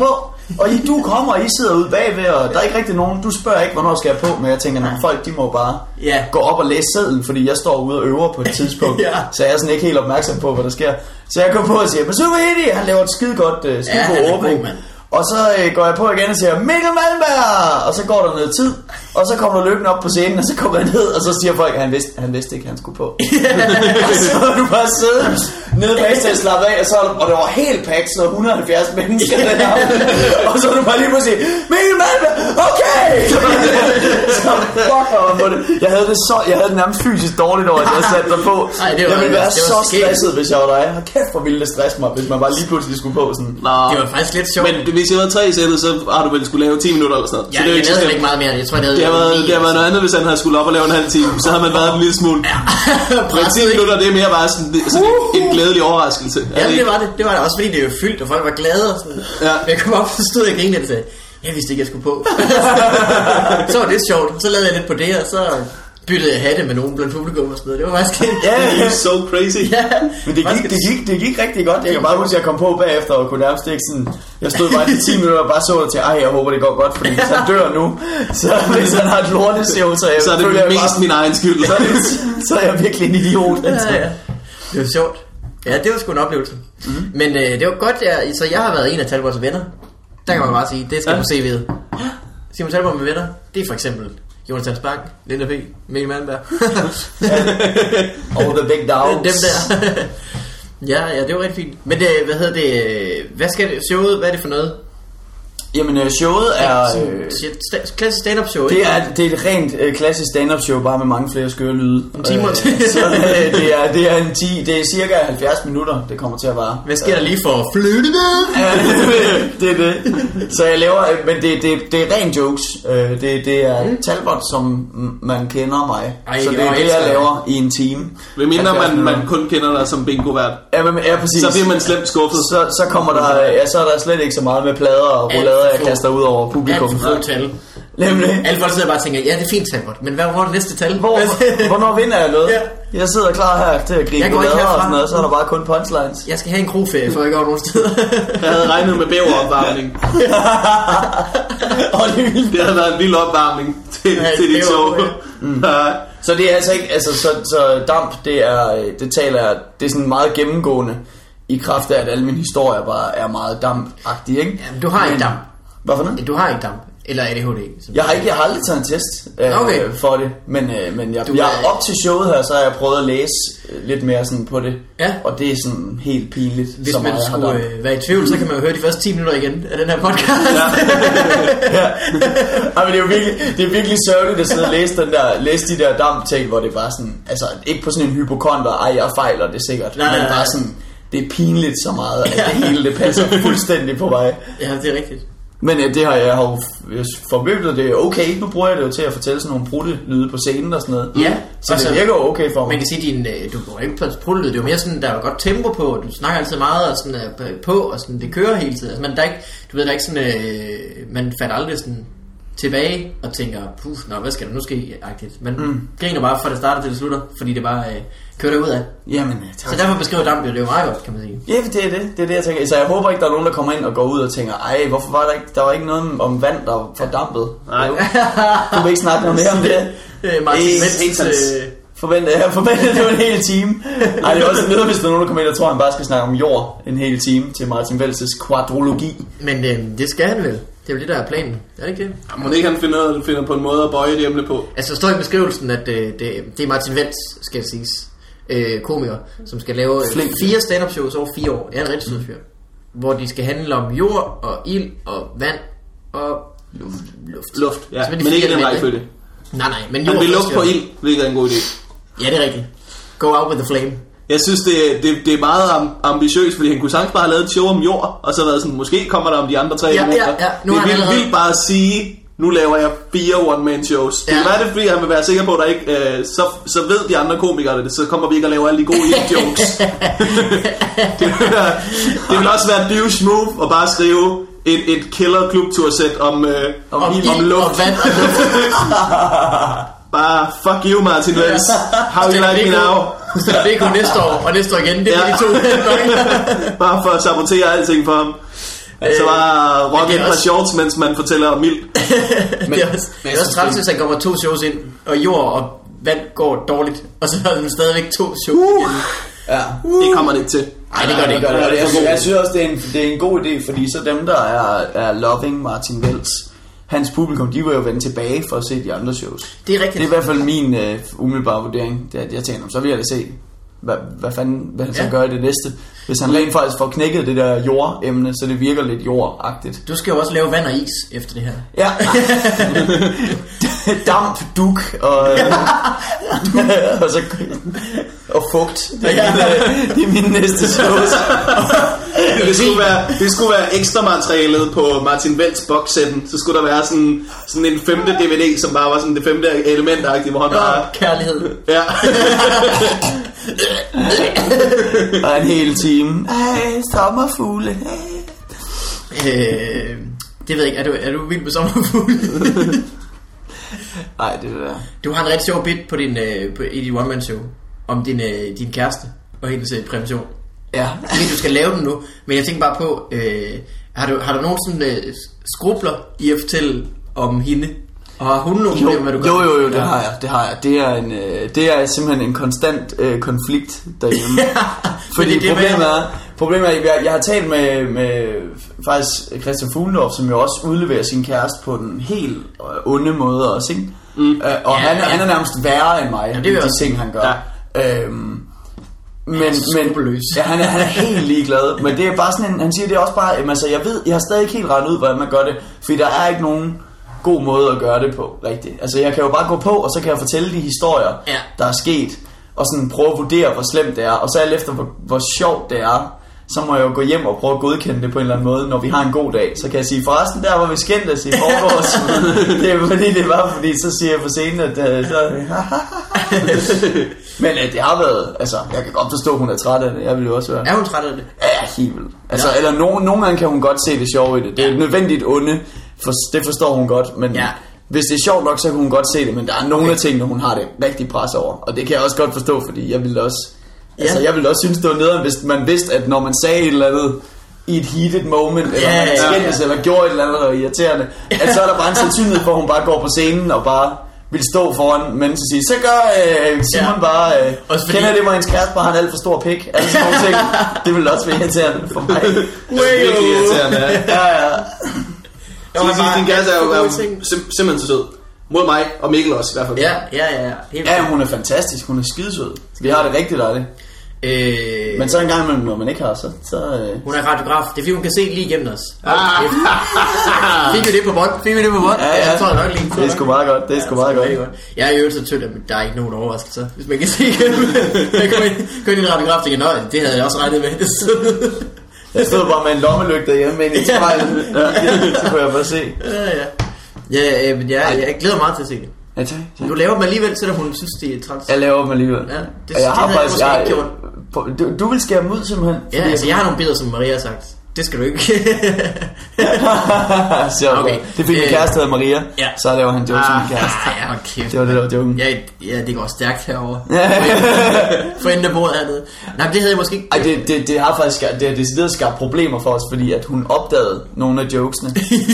Og du kommer, og I sidder ude bagved, og der er ikke rigtig nogen, du spørger ikke, hvornår skal jeg på, men jeg tænker, at folk, de må bare gå op og læse sedlen, fordi jeg står ude og øver på et tidspunkt, så jeg er sådan ikke helt opmærksom på, hvad der sker. Så jeg går på og siger, men Super Eddie, han laver et skidegod overbrug. Og så går jeg på igen og siger, Mikkel Malmberg! Og så går der noget tid, og så kommer du løbende op på scenen, og så kommer jeg ned, og så siger folk, at han vidste ikke, han skulle på. Og så var du bare sidde nede bagsted og slappe af, og det var helt pakket, så 170 mennesker der. Og så var du bare lige på at sige, Mikkel Malmberg, okay! Så fuck mig på det. Jeg havde det nærmest fysisk dårligt over, at jeg satte dig på. Jeg ville være så stresset, hvis jeg var dig. Hold kæft, hvor ville det stresse mig, hvis man bare lige pludselig skulle på sådan. Det var faktisk lidt sjovt. Men hvis jeg havde 3 sættet, så har du vel skulle lave 10 minutter eller sådan noget. Ja, så det er ikke meget mere. Jeg tror, det har været noget andet, hvis han havde skulle op og lave en halv time. Så havde man været en lille smule. Men 10 minutter, det er mere bare sådan en glædelig overraskelse. Ja, det var det. Det var det også, fordi det er jo fyldt, og folk var glade og sådan. Ja. Jeg kom op, så stod jeg og grinede og sagde, jeg vidste ikke, jeg skulle på. Så var det sjovt. Så lavede jeg lidt på det, og så byttede jeg hatte med nogen blandt publikum og sådan noget. Det var faktisk so crazy. Ja. Men det gik rigtig godt. Jeg kan bare huske, at jeg kom på bagefter og kunne nærmest ikke sådan. Jeg stod bare i 10 minutter og bare så det til, jeg håber det går godt, fordi hvis han dør nu, så hvis han har et lorteshow, så er det mest min egen skyld. Så er jeg virkelig en idiot. Altså. Ja. Det var sjovt. Ja, det var sgu en oplevelse. Men det var godt, så jeg har været en af Talbots venner. Der kan man bare sige, det skal du se ved. Simon Talbot med venner, det er for eksempel Jonathan Spang, Linda P, Mikkel Malmberg. Og The Big Dogs. Dem der. Ja, det var rigtig fint. Men hvad skal det, showet, hvad er det for noget? Jamen showet er klassisk stand-up show. Det er et rent klassisk stand-up show, bare med mange flere skøre lyde. En time og det er cirka 70 minutter, det kommer til at vare. Hvad sker der lige for flytte det er det. Så jeg laver, men det er rent jokes. Det er Talbot, som man kender mig. Så det er det, jeg laver i en time. Hvad mindre man kun kender dig som bingo-vært? Ja, præcis. Så bliver man slemt skuffet. Så kommer der, så er der slet ikke så meget med plader og rullader, jeg kaster ud over publikum. Alt for få tal. Alle folk sidder bare og tænker, ja, det er fint Talbot, men hvor er det næste tal? Hvornår vinder jeg noget? Jeg sidder klar her til at gribe rullader og sådan noget, så er der bare kun punchlines. Jeg skal have en kroferie, for at gå nogen steder. Jeg havde regnet med bæveropvarmning. Det havde været en vild opvarmning til dit show. Så det er altså ikke, så damp, det er sådan meget gennemgående i kraft af, at alle mine historier bare er meget damp-agtige, ikke? Jamen, du har ikke damp. Hvorfor noget? Du har ikke damp. Eller ADHD. Jeg har aldrig taget en test for det, men jeg op til showet her, så har jeg prøvet at læse lidt mere sådan på det. Ja. Og det er sådan helt pinligt. Hvis man skulle være i tvivl, så kan man jo høre de første 10 minutter igen af den her podcast. Ja. Men det er virkelig sørgeligt at sidde og læse de der damp-ting, hvor det bare sådan, altså ikke på sådan en hypokonter, jeg fejler det sikkert, men bare sådan, det er pinligt så meget, at det hele det passer fuldstændig på mig. Ja, det er rigtigt. Men det har jeg jo forbygget, det er okay. Nu bruger jeg det jo til at fortælle sådan nogle pruttelyde på scenen og sådan noget. Ja, så det virker jo okay for mig. Man kan sige, du bruger ikke på pruttelyde. Det er jo mere sådan, der er godt tempo på. Du snakker altid meget og sådan på, og sådan, det kører hele tiden. Altså, men der er ikke, du ved, der er ikke sådan, man falder aldrig sådan tilbage og tænker, hvad skal der nu ske-agtigt. Man griner bare fra det starter til det slutter, fordi det bare kører derud af. Jamen, så derfor beskriver damp jo, det er jo meget godt, kan man sige. Ja, det er det, jeg tænker. Så jeg håber ikke, der er nogen, der kommer ind og går ud og tænker, hvorfor var der var ikke noget om vand, der fordampede. Nej. Du vil ikke snakke noget mere om det. Martin Forventede, det var en hel time. Ej, det er også noget, hvis der er nogen, der kommer ind og tror, han bare skal snakke om jord en hel time til Martin Welses kvadrologi. Men det skal han vel. Det er jo det, der er planen. Er det ikke det? Må ikke han finder på en måde at bøje det emne på? Altså, der står i beskrivelsen, at det er Martin Wels, skal det siges, komiker, som skal lave 4 stand-up shows over 4 år. Det er en rigtig sød fyr. Hvor de skal handle om jord og ild og vand og luft. Ja, men ikke den rækkefølge. Nej, men jord. Han vil lukke på ild, hvilket er en god idé. Ja, det er rigtigt. Go out with the flame. Jeg synes, det er meget ambitiøst, fordi han kunne sagtens bare have lavet et show om jord, og så været sådan, måske kommer der om de andre 3 minutter. Nu det vil bare sige, nu laver jeg 4 one-man shows. Det kan være det, fordi han vil være sikker på, at der ikke, så ved de andre komikere det, så kommer vi ikke at lave alle de gode jokes. det vil også være et douche move at bare skrive et killer klubtursæt om luft. Og vand og luft. Bare fuck you, Martin Wells. How you like me now? Så der BK næste år og næste år igen. Det er de 2 bare for at sabotere alting for ham. Så bare rock et par shorts, mens man fortæller om mild. Det er også træls, hvis han kommer 2 shows ind, og jord og vand går dårligt, og så har han stadigvæk 2 shows igen. Ja. Det kommer det ikke til. Nej, det gør det ikke. Jeg synes også, det er en god idé, fordi så dem, der er loving Martin Wells, hans publikum, de vil jo vende tilbage for at se de andre shows. Det er rigtigt. Det er i hvert fald min umiddelbare vurdering. Det er, at jeg tænker, så vil jeg da se, hvad fanden vil han så gøre i det næste. Hvis han rent faktisk får knækket det der jordemne, så det virker lidt jordagtigt. Du skal jo også lave vand og is efter det her. Ja. Damp, duk og og fugt. Det er mine næste shows. Det skulle være ekstra materialet på Martin Wells boxsetten. Så skulle der være sådan en 5. DVD, som bare var sådan det 5. element-agtigt, hvor han bare... Kærlighed. Ja. Og en hel time. Sommerfugle. Det ved jeg ikke. Er du vild med sommerfugle? Nej, det er det. Du har en rigtig sjov bit på i dit one-man-show om din kæreste og hendes prævention. Ja. Du skal lave den nu, men jeg tænker bare på, har du nogen sådan skrubler i at fortælle om hende? Og har hun nogen med, hvad du gør? Jo, det har jeg. Det er simpelthen en konstant konflikt derhjemme. Fordi problemet er, jeg har talt med faktisk Christian Fuglendorf, som jo også udleverer sin kæreste på den helt onde måde også, ikke? Og han er nærmest værre end mig, det de ting han gør. Ja. Men han er helt ligeglad. Men det er bare sådan han siger det er også bare, altså jeg har stadig ikke helt regnet ud, hvordan man gør det, fordi der er ikke nogen god måde at gøre det på, rigtigt. Altså jeg kan jo bare gå på, og så kan jeg fortælle de historier, der er sket, og sådan prøve at vurdere, hvor slemt det er, og så alt efter, hvor sjovt det er, så må jeg jo gå hjem og prøve at godkende det på en eller anden måde, når vi har en god dag. Så kan jeg sige, forresten der, hvor vi skændtes i forgårs. Det er fordi, det var, fordi så siger jeg på scenen, at men det har været, altså, jeg kan godt forstå, at hun er træt af det. Jeg vil jo også være. Er hun træt af det? Ja, helt vildt. Altså, eller nogle gange kan hun godt se det sjove i det. Det er nødvendigt onde, for det forstår hun godt, men hvis det er sjovt nok, så kan hun godt se det, men der er nogle af tingene, hun har det rigtig pres over. Og det kan jeg også godt forstå, fordi jeg ville også... Altså, jeg ville også synes, det var nederen, hvis man vidste, at når man sagde et eller andet i et heated moment, eller man skændes, eller gjorde et eller andet, der var irriterende, at så er der bare en sandsynlighed for, at hun bare går på scenen og bare vil stå foran mennesker og sige, så gør Simon bare, kender det, hvor hendes kæreste bare har en alt for stor pik, alle sådan nogle ting. Det ville også være irriterende for mig. Virkelig irriterende, ja. Din kæreste er jo simpelthen så sød. Mod mig, og Mikkel også i hvert fald. Ja, hun er fantastisk, hun er skidesød. Vi har det rigtig dejligt. Men så en gang imellem, når man ikke har, så hun er radiograf, det er fordi hun kan se lige igennem os. Fik vi det på bånd? Ja, jeg tror nok lige. Det er sgu meget godt, det er sgu meget godt. Jeg er jo så tynd, at der er ikke nogen overraskelser, hvis man kan se igennem. Jeg går ind i en radiograf og tænker, nå, det havde jeg også regnet med. Jeg stod bare med en lommelygte hjemme ind i spejlet. Så kunne jeg bare se. Ja, men jeg glæder meget til at se det. Ja, tak. Du laver dem alligevel, selvom hun synes, det er træls. Jeg laver dem alligevel. Ja, det har faktisk ikke gjort. Du vil skære dem ud simpelthen. Ja, altså jeg har nogle billeder, som Maria har sagt. Det skal du ikke. Okay. Det fik min kæreste hedder Maria. Så laver han jokes som min kæreste. Ja, kæft. Det var det, der var joken. Ja, det går stærkt herovre. For enden af bordet hernede. Nej, det havde jeg måske ikke. Ej, det har faktisk det har decideret skabt problemer for os, fordi at hun opdagede nogle af jokesene.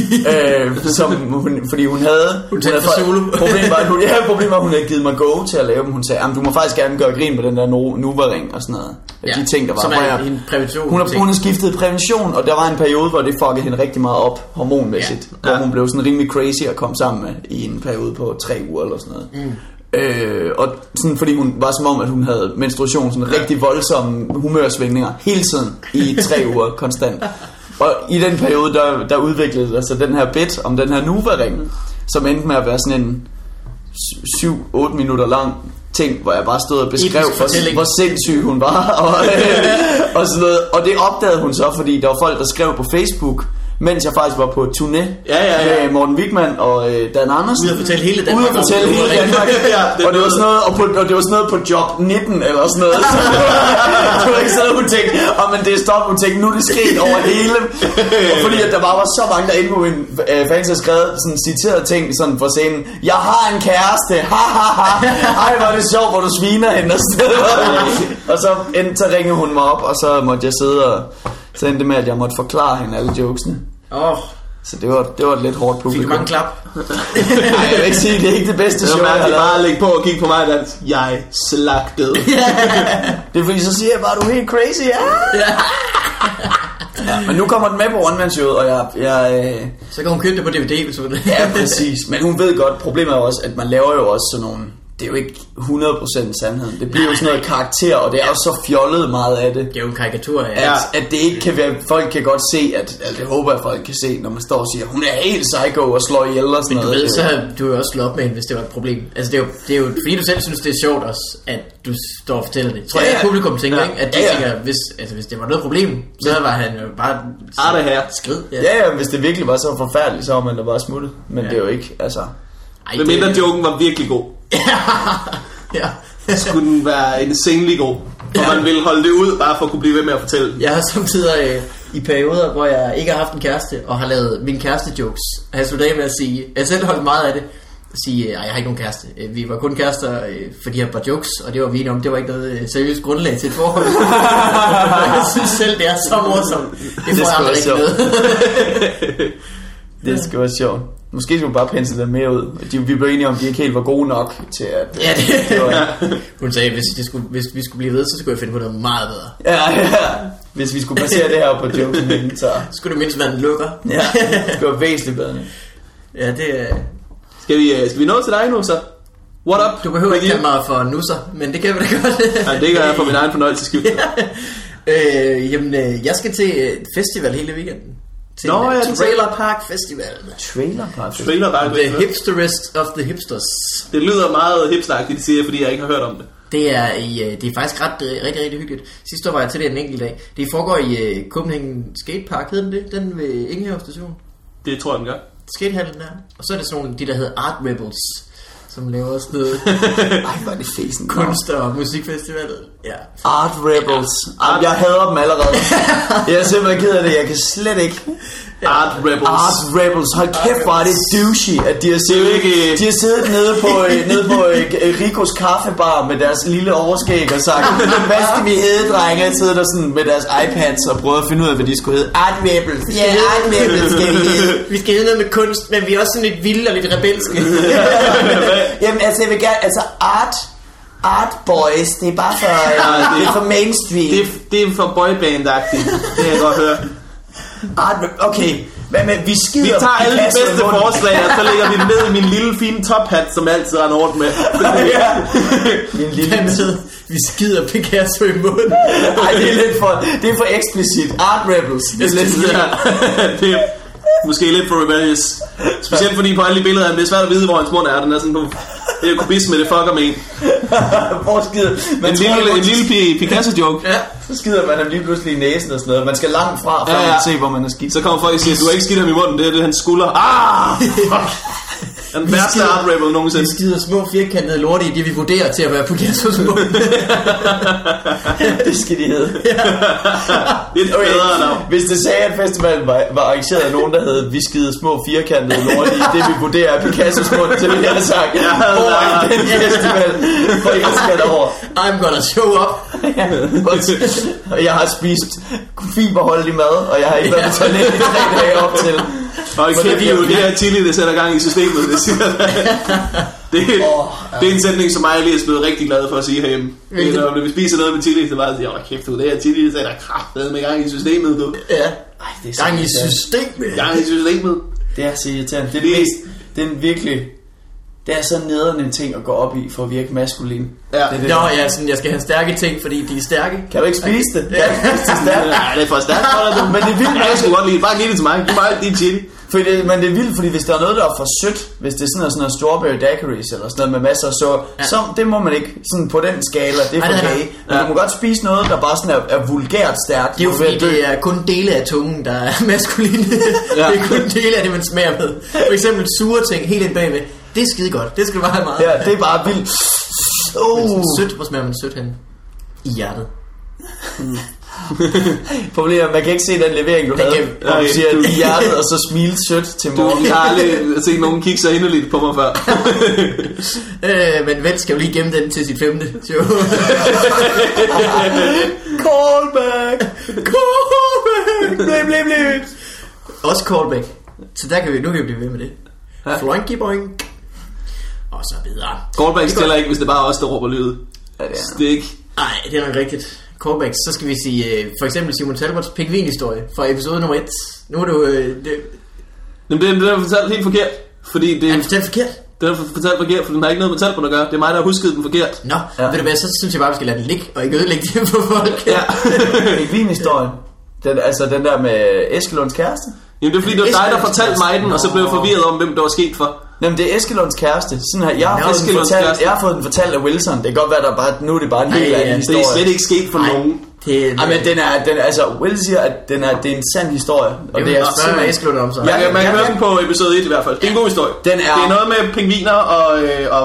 Fordi hun havde problemet var, at hun havde givet mig go til at lave dem. Hun sagde, du må faktisk gerne gøre grin med den der Nuva-ring og sådan noget. De ting, der var. Som er en prævention. Hun har skiftet prævention, og der var en periode, hvor det fuckede hende rigtig meget op hormonmæssigt. Hvor hun blev sådan rimelig crazy og kom sammen med i en periode på 3 uger eller sådan noget. Og sådan, fordi hun var som om, at hun havde menstruation, sådan rigtig voldsomme humørsvingninger hele tiden i 3 uger konstant. Og i den periode, der udviklede altså den her bit om den her Nuva-ring, som endte med at være sådan en 7-8 minutter lang ting, hvor jeg bare stod og beskrev, hvor sindssyg hun var, og sådan noget. Og det opdagede hun så, fordi der var folk, der skrev på Facebook, mens jeg faktisk var på turné med Morten Wigman og Dan Andersen. Ude at fortælle hele Danmark. Og det var sådan noget, og det var sådan noget på job 19 eller sådan noget. Det var ikke sådan noget, hun tænkte, men det er stop, hun tænkte, nu er det sket over hele. Og fordi at der bare var så mange derinde, hvor min fans havde skrevet sådan citerede ting sådan for scenen. Jeg har en kæreste, ej hvor er det sjovt, hvor du sviner hende og så ringede hun mig op, og så måtte jeg sidde og Så endte det med, at jeg måtte forklare hende alle jokesene. Så det var et lidt hårdt publikum. Fik du mange klap? Nej, jeg vil ikke sige, det er ikke det bedste show. Det var bare at lægge på og kigge på mig, at jeg slagtede. Det er fordi, så siger jeg bare, du er helt crazy, ja, men nu kommer den med på one-man-showet, og jeg så kan hun købe det på DVD, hvis du vil. Ja, præcis. Men hun ved godt, problemet er jo også, at man laver jo også sådan nogle... Det er jo ikke 100% sandheden. Det bliver jo sådan noget karakter, og det er jo så fjollet meget af det. Det er jo en karikatur, At det ikke kan være... Folk kan godt se, at det håber jeg, folk kan se, når man står og siger, hun er helt psycho og slår ihjel og sådan noget. Men du ved, så har du jo også slået op med hende, hvis det var et problem. Altså det er jo fordi du selv synes, det er sjovt også, at du står og fortæller det. Tror jeg, publikum tænker, ikke? At de tænker, hvis det var noget problem, så var han jo bare det her skrid. Ja, hvis det virkelig var så forfærdeligt, så var man da bare smuttet. Men det er jo ikke, altså... Men mindre joken var virkelig god. Ja. Skulle den være insanely god. Og man ville holde det ud, bare for at kunne blive ved med at fortælle den. Jeg har samtidig i perioder, hvor jeg ikke har haft en kæreste, og har lavet min kæreste jokes, har jeg slutter af med at sige, jeg selv holdt meget af det, at sige, jeg har ikke nogen kæreste. Vi var kun kærester, fordi jeg var jokes, og det var vi enige om, det var ikke noget seriøst grundlag til et forhold. Jeg synes selv, det er så morsomt. Det får jeg aldrig ikke noget. Det skal være sjovt. Måske skulle bare pensle dem mere ud. Vi blev enige om, at de ikke helt var gode nok til at... Ja, det var... Hun sagde, hvis vi skulle blive ved, så skulle jeg finde på noget meget bedre. Ja. Hvis vi skulle basere det her på jokesen, så... Skulle det mindst være den lukker. Ja, det skulle være væsentligt bedre. Ja, det er... Skal vi nå til dig nu, så? What up? Du behøver ikke kalde mig for nusser, men det kan vi da godt. Nej, det gør jeg for min egen fornøjelse skyld. Jamen, jeg skal til festival hele weekenden. Til Trailer Park Festival. Trailer Park The hipsterest of the hipsters. Det lyder meget hipsteragtigt, siger jeg, fordi jeg ikke har hørt om det. Det er faktisk rigtig hyggeligt. Sidste år var jeg til det en enkelt dag. Det foregår i Copenhagen Skate Park, hedder den det? Den ved Ingenhav Station. Det tror jeg, den gør. Skatehallen der. Og så er det sådan nogle, de der hedder Art Rebels, som laver sådan noget hvor er det fesen, kunst- og musikfestival. Ja. Art Rebels. Jeg hader dem allerede. Jeg er simpelthen ked af det. Jeg kan slet ikke. Art Rebels. Hold kæft, hvor er det douchey, at de har siddet nede på Ricos kaffebar med deres lille overskæg og sagt, hvad skal vi hedde, drenge? Og sidder der sådan med deres iPads og prøver at finde ud af, hvad de skulle hedde. Art Rebels. Ja, Art Rebels skal vi hedde. Vi skal hedde noget med kunst, men vi er også sådan lidt vilde og lidt rebelske. Jamen altså, jeg vil gerne, Art Boys, det er bare for, det er for mainstream. Det er for boyband-agtigt. Det kan jeg godt høre. Okay, vi skider. Vi tager alle de bedste forslag, og så lægger vi dem ned i min lille fine tophat, som jeg altid render rundt med. Min lille vi skider Picasso i munden. Nej, det er for eksplicit. Art Rebels. Det er måske lidt for rebellious. Specielt fordi på alle de billeder, det er svært at vide, hvor hans mund er. Den er sådan på... Det er kubisme, det fucker med en. Hvor skider en lille Picasso-joke. Ja, så skider man ham lige pludselig i næsen og sådan noget. Man skal langt fra, før man se, hvor man er skidt. Så kommer folk og siger, du har ikke skidt ham i munden, det er hans skulder. Fuck. Den værste Art Rebel nogensinde. Vi skider små firkantede lorte i det, vi vurderer til at være Picassos mund. Det skal de hedde. Lidt bedre navn. Hvis det sagde, at festivalen var arrangeret af nogen, der hed, vi skider små firkantede lorte i det, vi vurderer er Picassos mund, så ville jeg have sagt, over den festival, for jeg skal derovre. I'm gonna show up. Og jeg har spist fiberholdig mad, og jeg har ikke været på toilet i 3 dage op til. Og det er jo det her chili, det sætter gang i systemet. Det er en sætning, som jeg lige er blevet rigtig glad for at sige herhjemme. Når vi spiser noget med chili, så bare at sige, kæft du, det her chili, det sætter kraftedet med gang i systemet, du. Ja, det er gang i systemet. Gang i systemet. Det er så irriterende. Det er virkelig... Det er så nederen en ting at gå op i for at virke maskulin. Ja. Sådan, jeg skal have stærke ting, fordi de er stærke. Kan du ikke spise det? Ja. Nej, det er for stærkt. Men det er vildt. Jeg skulle godt lide. Bare giv det til mig. Giv mig alt din chili. Men det er vildt, fordi hvis der er noget, der er for sødt, hvis det er sådan noget strawberry daiquiris eller sådan noget med masser af sukker, så det må man ikke sådan på den skala. Det er for kage. Men du må godt spise noget, der bare sådan er vulgært stærkt. Det er jo fordi, det er kun dele af tungen, der er maskuline. Det er kun dele af det, man smager med. For eksempel sure ting helt ind bagved. Det er skide godt. Det skal du bare have meget. Ja, det er bare vildt. Sødt. Hvor smager man sødt henne? I hjertet. Problemet er, man kan ikke se den levering, du havde. Hvor du siger i hjertet, og så smile sødt til morgen. Jeg har aldrig set nogen kigge så inderligt på mig før. Men vel skal jo lige gemme den til sit 5. show. Callback. Også callback. Så der kan vi, nu kan vi blive ved med det. Floinky boink. Og så videre. Callback stiller ikke, hvis det bare er os, der råber lydet. Ja, det er. Stik. Nej, det er nok rigtigt. Callbacks, så skal vi sige for eksempel Simon Talbots pingvinhistorie fra episode nummer 1. Nu er du... Men den er fortalt helt forkert. Fordi det er den fortalt forkert? Den er fortalt forkert, for den har ikke noget med Talbot at gøre. Det er mig, der har husket den forkert. Nå, ved du hvad, så synes jeg bare, vi skal lade den ligge og ikke ødelægge det for folk. Ja. Pingvinhistorien. Altså den der med Eskelunds kæreste. Jamen det er fordi, det var dig, der fortalte mig den, og så blev jeg forvirret om, hvem der var sket for. Jamen det er Eskelunds kæreste. Sådan her, jeg har fået den fortalt af Wilson. Det kan godt være, der bare, nu er det bare en helt anden historie. Det er slet ikke sket for nogen. Men den altså Will siger, at det er en sand historie. Og det er simpelthen Eskelund om sig. Man kan høre den på episode 1 i hvert fald. Det er en god historie. Det er noget med pingviner og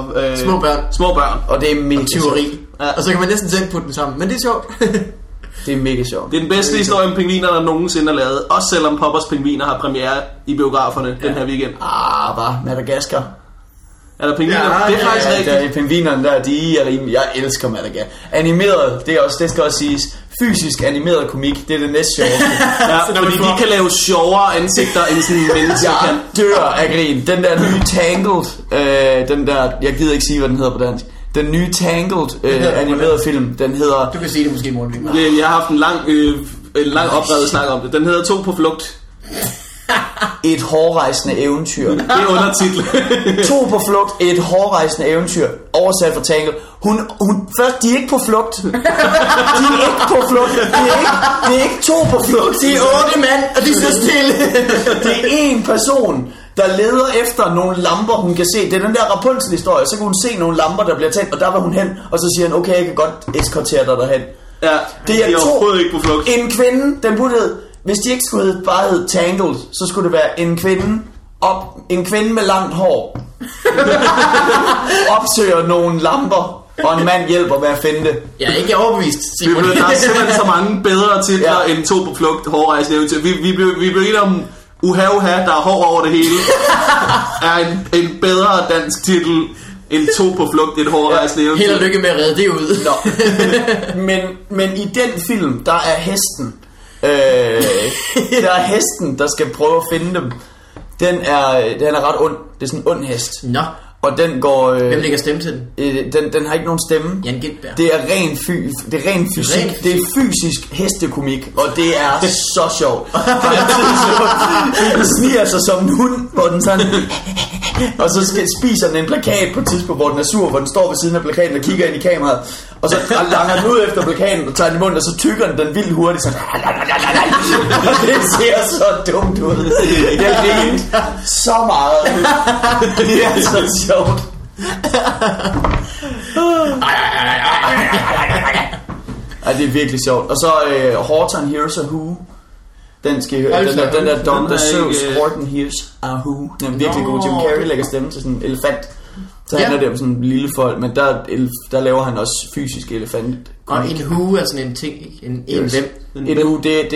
små børn. Og det er mega tyveri. Og så kan man næsten selv putte den sammen. Men det er sjovt. Det er mega sjovt. Det er den bedste historie om pingviner, der nogensinde er lavet. Også selvom Poppers Pingviner har premiere i biograferne den her weekend. Madagaskar. Er der pingviner? Det er faktisk rigtigt. Der er pingvinerne der, de er rimelig. Jeg elsker Madagaskar. Animeret, det skal også siges. Fysisk animeret komik, det er det næste sjoveste. Fordi de kan lave sjovere ansigter end sådan en menneske kan. Dør af grin. Den der nye Tangled, den der, jeg gider ikke sige, hvad den hedder på dansk. Den nye Tangled animerede film, den hedder... Du kan sige det måske i morgen. Jeg har haft en lang opredet snak om det. Den hedder 2 på flugt. Et hårrejsende eventyr. Det er undertitel. 2 på flugt, et hårrejsende eventyr. Oversat fra Tangled. Først, de er ikke på flugt. De er ikke på flugt. Det er ikke 2 på flugt. De er 8 mand, og de står stille. Det er en person, der leder efter nogle lamper, hun kan se. Det er den der Rapunzel-historie. Så kan hun se nogle lamper, der bliver tændt, og der var hun hen. Og så siger han, okay, jeg kan godt eskortere dig derhen. Ja, det er 2. Ikke på flugt. En kvinde, den burde... Hvis de ikke skulle bare hedde Tangled, så skulle det være en kvinde med langt hår opsøger nogle lamper, og en mand hjælper med at finde det. Jeg er ikke overbevist, Simon. Der er simpelthen så mange bedre titler end 2 på flugt, hårrejsende eventyr. Vi blev enige om Uha, der er hår over det hele, er en bedre dansk titel end 2 på flugt, et hårrejsende eventyr. Held og lykke med at redde det ud. Men i den film, der er hesten. Der er hesten, der skal prøve at finde dem. Den er ret ond. Det er sådan en ond hest. Nå. Og den går... Hvem lægger stemme til den? Den har ikke nogen stemme. Jan Gintberg. Det er ren fysik. Det er fysisk hestekomik. Og det er så sjovt. Den sniger sig som en hund, hvor den sådan... Og så spiser den en plakat på et tidspunkt, hvor den er sur, hvor den står ved siden af plakaten og kigger ind i kameraet. Og så langer den ud efter plakaten og tager den i munden, og så tykker den vildt hurtigt. Så... Og det ser så dumt ud. Jeg griner så meget. Det er så sjovt. Ej, det er virkelig sjovt. Og så Horton Hears a Who. Den skal høre. Den der Don der søvs Horton Hears a Who. Den er virkelig god. Jim Carrey lægger stemme til sådan en elefant. Så handler det om sådan en lille folk, men der laver han også fysisk elefant. Og en who er sådan en ting, en hvem? En who,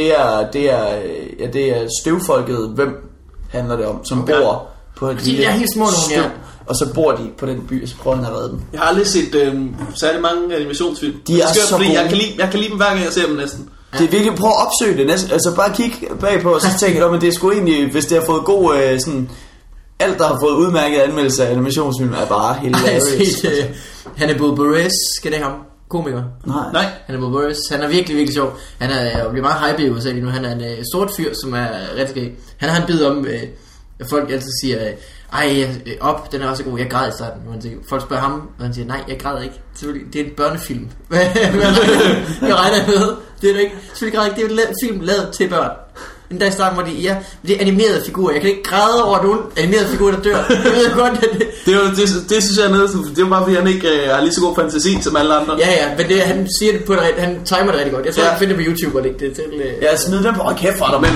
det er støvfolket, hvem handler det om, som bor på et lille støv. Og så bor de på den by, og så prøver han at redde dem. Jeg har aldrig set særlig mange animationsfilm. De er så gode. Jeg kan lide dem hver gang jeg ser dem næsten. Det er virkelig, prøv at opsøge det næsten. Altså bare kig bagpå, og så tænker jeg, men det er sgu egentlig, hvis det har fået god sådan... Alt, der har fået udmærket anmeldelse af animationsfilm, er bare hilarious. Hannibal Buress, skal det ham? Komiker? Nej. Hannibal Buress, han er virkelig, virkelig sjov. Han er bliver meget hype i USA lige nu. Han er en sort fyr, som er rigtig skæg. Han har en bid om, at folk altid siger, den er også god, jeg græd i starten. Folk spørger ham, og han siger, nej, jeg græd ikke. Det er en børnefilm. Jeg regner med, det er det ikke. Selvfølgelig græd ikke, det er en film lavet til børn. Men der i starten, hvor det er animerede figurer. Jeg kan ikke græde over nogen animerede figurer, der dør. Jeg ved godt, det synes jeg er noget. Det er bare fordi han ikke har lige så god fantasi som alle andre. Ja, men han siger det på det, han timer det rigtig godt. Jeg tror, jeg finder det på YouTube og lægge det til. Jeg smider dem på kæft fra dig. Men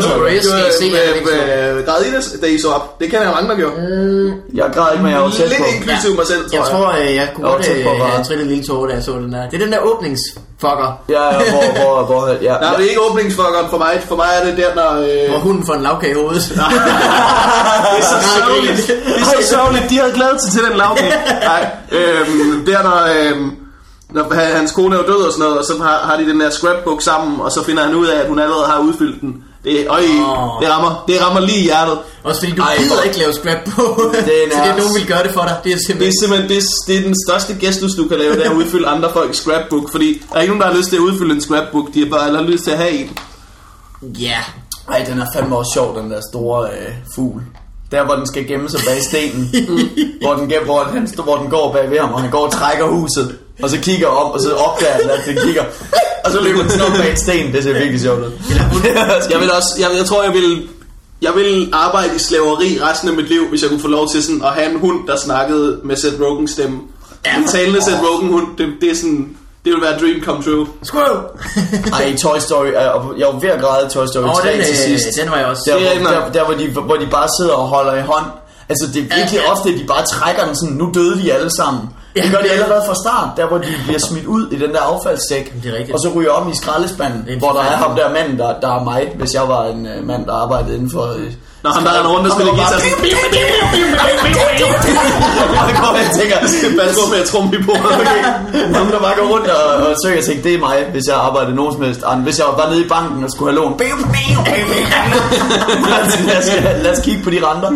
græd I det, da I så op? Det kan jeg mange, der gjorde. Jeg græd ikke, men jeg var tæt på. Lidt inklusiv mig selv, tror jeg. Jeg tror, jeg kunne godt have trillet en lille tårer, da jeg så den der. Det er den der åbningsfucker. Ja, hvor nej, det er ikke åbningsfuckeren for mig. For mig er det der, når... Hvor hunden får en lavkage i hovedet. Det er så sørgeligt. Det er så sørgeligt. De havde glædet sig til den lavkage. Nej, der når hans kone er jo død og sådan noget, og så har de den der scrapbook sammen, og så finder han ud af, at hun allerede har udfyldt den. Det rammer lige i hjertet. Også fordi du gider ikke lave scrapbook, så det er nogen vil gøre det for dig. Det er simpelthen det er den største gestus, du kan lave, det er at udfylde andre folks scrapbook, fordi der er ikke nogen, der har lyst til at udfylde en scrapbook, de har bare lyst til at have en. Ja. Ej, den er fandme også sjov, den der store fugl. Der hvor den skal gemme sig bag stenen. hvor den går bag ved ham, og han går og trækker huset. Og så kigger op, og så opdager den, at den kigger. Og så løber den op bag en sten. Det ser virkelig sjovt ud. Jeg tror jeg vil arbejde i slaveri resten af mit liv, hvis jeg kunne få lov til sådan at have en hund, der snakkede med Seth Rogens stemme. En talende Seth Rogen hund, det er sådan... Det vil være a dream come true. Squirrel! Ej, Toy Story, jeg var ved at græde i Toy Story 3 til sidst. Den var jeg også. Der hvor de bare sidder og holder i hånd. Altså det er virkelig ofte, at de bare trækker den sådan, nu døde de alle sammen. Det gør de allerede fra start, der hvor de bliver smidt ud i den der affaldssæk. Og så ryger om i skraldespanden, hvor der er ham der mand, der er mig, hvis jeg var en mand, der arbejdede inden for... Når han der er rundt og spiller guitar. Jeg går og tænker, pas på med at trumpe i bordet. Nogen der bare går rundt og søger, jeg tænkte, det er mig, hvis jeg arbejdede nogen som helst. Hvis jeg var bare nede i banken og skulle have lån. Lad os kigge på de renter.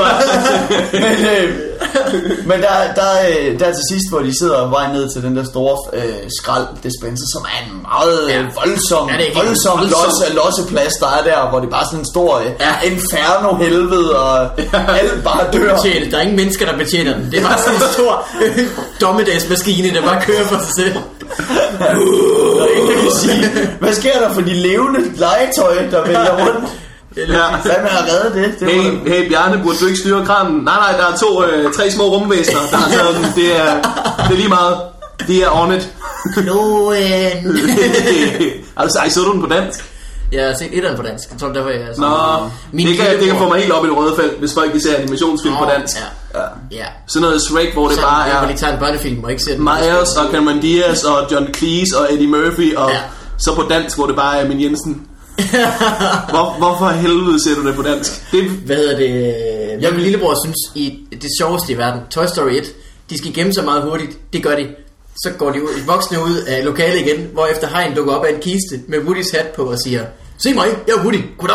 Men der til sidst, hvor de sidder og vejen ned til den der store skralddispenser, som er en meget voldsom losseplads, der er der, hvor det bare sådan en stor inferno helvede, og alt bare dør. Der er ingen mennesker, der betjener den. Det er bare sådan en stor dommedagsmaskine, der bare kører for sig selv. Der er ingen, der kan sige, hvad sker der for de levende legetøj, der vælger rundt? Hvad med at redde det? Hey Bjarne, burde du ikke styre kranen? Nej, der er 3 små rumvæsener, der har taget den. Det er lige meget. De er on it. Altså, så du den på dansk? Jeg har set etteren på dansk. Jeg tror, derfor jeg det kan få mig helt op i det røde felt, hvis folk ikke ser animationsfilm på dansk. Ja. Sådan noget Shrek, hvor det bare er... Man ikke tager en børnefilm og ikke ser den. Myers og Cameron Diaz og John Cleese og Eddie Murphy og så på dansk, hvor det bare er Min Jensen. Hvorfor helvede ser du det på dansk? Hvad hedder det? Min lillebror synes i det sjoveste i verden, Toy Story 1, de skal gemme sig meget hurtigt. Det gør de. Så går de voksne ud af lokalet igen, hvorefter Hein dukker op af en kiste med Woodys hat på og siger: se mig, jeg er Woody. Goddag.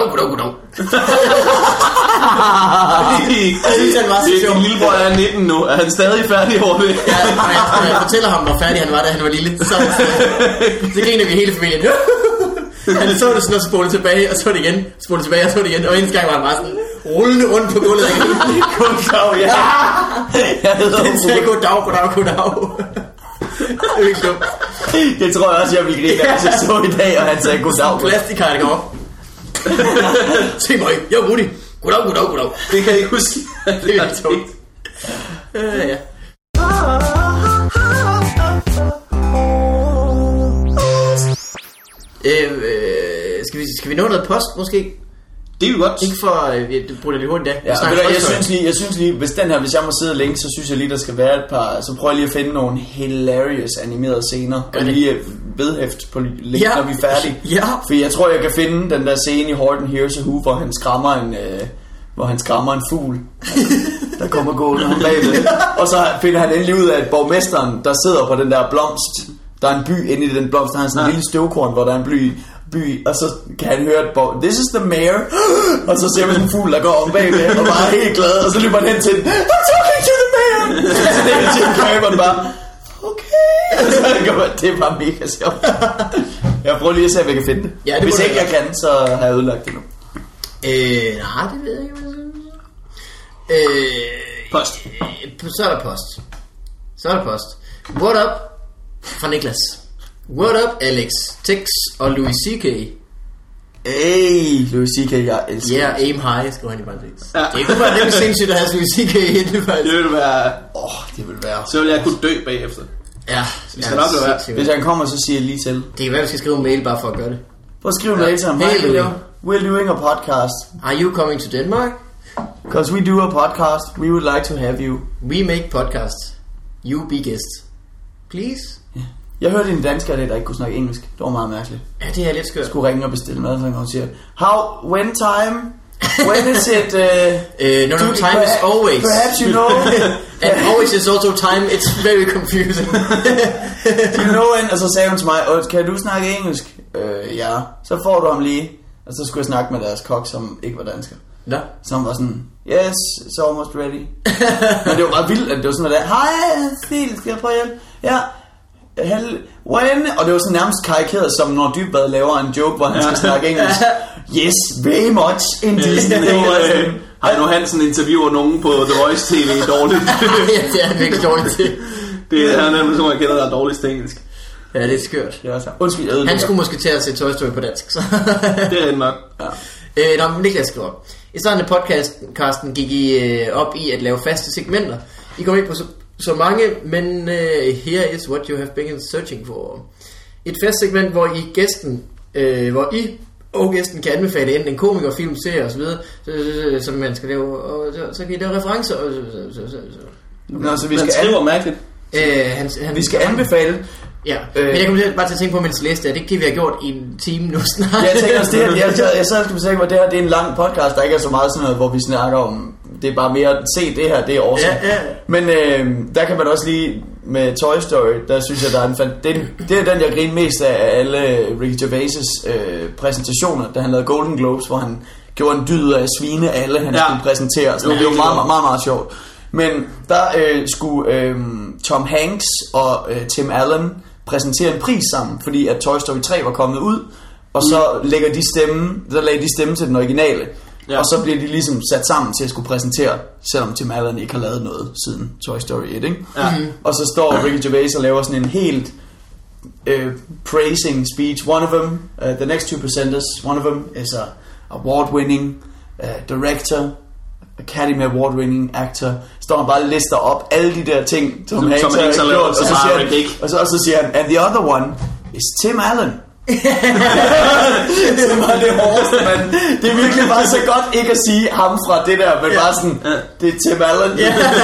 Jeg synes, han var så sjov. Din lillebror er 19 nu. Er han stadig færdig over det? Ja, når jeg fortæller ham, hvor færdig han var, da han var lille, så griner vi hele familien. Han så det sådan og spolede tilbage, og så det igen. Spolede tilbage, og så det igen. Og eneste gang var han bare sådan rullende rundt på gulvet. Goddag, ja. Han sagde goddag. Det tror jeg også, jeg ville grine af, hvis jeg så i dag, og han sagde goddag. Plastikkar, det går op. Se mig, jeg er Woody. Goddag. Det kan jeg ikke huske. Det er tungt. Ja. Skal vi nå noget post måske? Det er jo godt. Ikke for du bruger det lige hurtigt ja, jeg synes lige hvis jeg må sidde længe, så synes jeg lige der skal være et par. Så prøver jeg lige at finde nogle hilarious animerede scener og lige vedhæft på længe, når vi er færdige. For jeg tror jeg kan finde den der scene i Horton Hears a Who, hvor han skræmmer en fugl, der kommer gående ham bagved. Og så finder han endelig ud af, at borgmesteren, der sidder på den der blomst, der er en by inde i den blomst, der har sådan en lille støvkorn, hvor der er en by, og så kan han høre this is the mayor, og så ser man en fugl, der går om bagved, og bare er helt glad, og så løber han hen til den, I'm talking to the mayor, så det er Jim Carrey, bare, okay, det er bare mega sjovt. Jeg prøver lige at se, om jeg kan finde det. Ja, det hvis ikke jeg kan, så har jeg ødelagt det nu. Nej, det ved jeg ikke. Post. Så er der post. What up? Fra Niklas. What up, Alex, Tex og Louis C.K. Hey, Louis C.K. jeg elsker. Yeah, aim high, skriver han i parentes. Ja. Det kunne være lidt sindssygt at have Louis C.K. i det. Det vil være. Så vil jeg kunne dø bagefter. Ja, det skal nok være. Hvis han kommer, så siger jeg lige til. Det kan være, vi skal skrive en mail bare for at gøre det. Prøv at skrive en mail til ham. Hey, Louis. We're doing a podcast. Are you coming to Denmark? Because we do a podcast. We would like to have you. We make podcasts. You be guest. Please? Yeah. Jeg hørte en dansker, der ikke kunne snakke engelsk. Det var meget mærkeligt. Ja, det er lidt skørt. Skulle ringe og bestille mad, så han siger, when time? When is it? No, time is always. Perhaps you know. And always is also time. It's very confusing. Do you know when? Og så sagde hun til mig, kan du snakke engelsk? Ja. Så får du ham lige. Og så skulle jeg snakke med deres kok, som ikke var dansker. Nå. Som var sådan, yes, it's almost ready. Men det var bare vildt, at det var sådan noget der, hej, Stil, skal jeg prøve hjælp? Ja. When? Og det var sådan nærmest karikeret, som når Dybbad laver en joke, hvor han skal snakke engelsk. Yes, very much in Disney. Heino Hansen interviewer nogen på The Voice TV dårligt. Ja, det er han virkelig dårligt til. Det er han nemlig, som jeg kender, der er dårligst til engelsk. Ja, det er skørt. Det er også, undskyld, han skulle måske til at se Toy Story på dansk. Så. Det er en nok. Ja. Niklas skriver. I starten af podcasten gik I op i at lave faste segmenter. I kom ind på så mange, men here is what you have been searching for. Et fast segment, hvor I og gæsten kan anbefale enten en komiker, film, serie osv., som man skal lave, og så kan I lave referencer. Nå, så vi skal skrive mærkeligt. Vi skal anbefale. Ja, men jeg kommer bare til at tænke på, mens jeg læste det. Det er ikke det, vi har gjort i en time nu snart. Jeg tænker også, jeg sad og tænke på, det her det er en lang podcast, der ikke er så meget sådan noget, hvor vi snakker om, det er bare mere at se det her, det er awesome. Ja. Men der kan man også lige med Toy Story, der synes jeg, der er det er den, jeg griner mest af alle Ricky Gervais' præsentationer, da han lavede Golden Globes, hvor han gjorde en dyd af at svine alle, han skulle præsentere. Så det var meget, meget, meget sjovt. Men der skulle Tom Hanks og Tim Allen præsentere en pris sammen, fordi at Toy Story 3 var kommet ud, og så lagde de stemme til den originale. Ja. Og så bliver de ligesom sat sammen til at skulle præsentere, selvom Tim Allen ikke har lavet noget siden Toy Story 1, ikke? Ja. Og så står Ricky Gervais og laver sådan en helt praising speech. One of them, the next two presenters, one of them is a award-winning director, Academy Award-winning actor. Står han bare lister op alle de der ting, som Hanks har gjort, og så siger han, and the other one is Tim Allen. Det var det hårdeste, men det er virkelig bare så godt ikke at sige ham fra det der, men bare sådan, det er Tim Allen.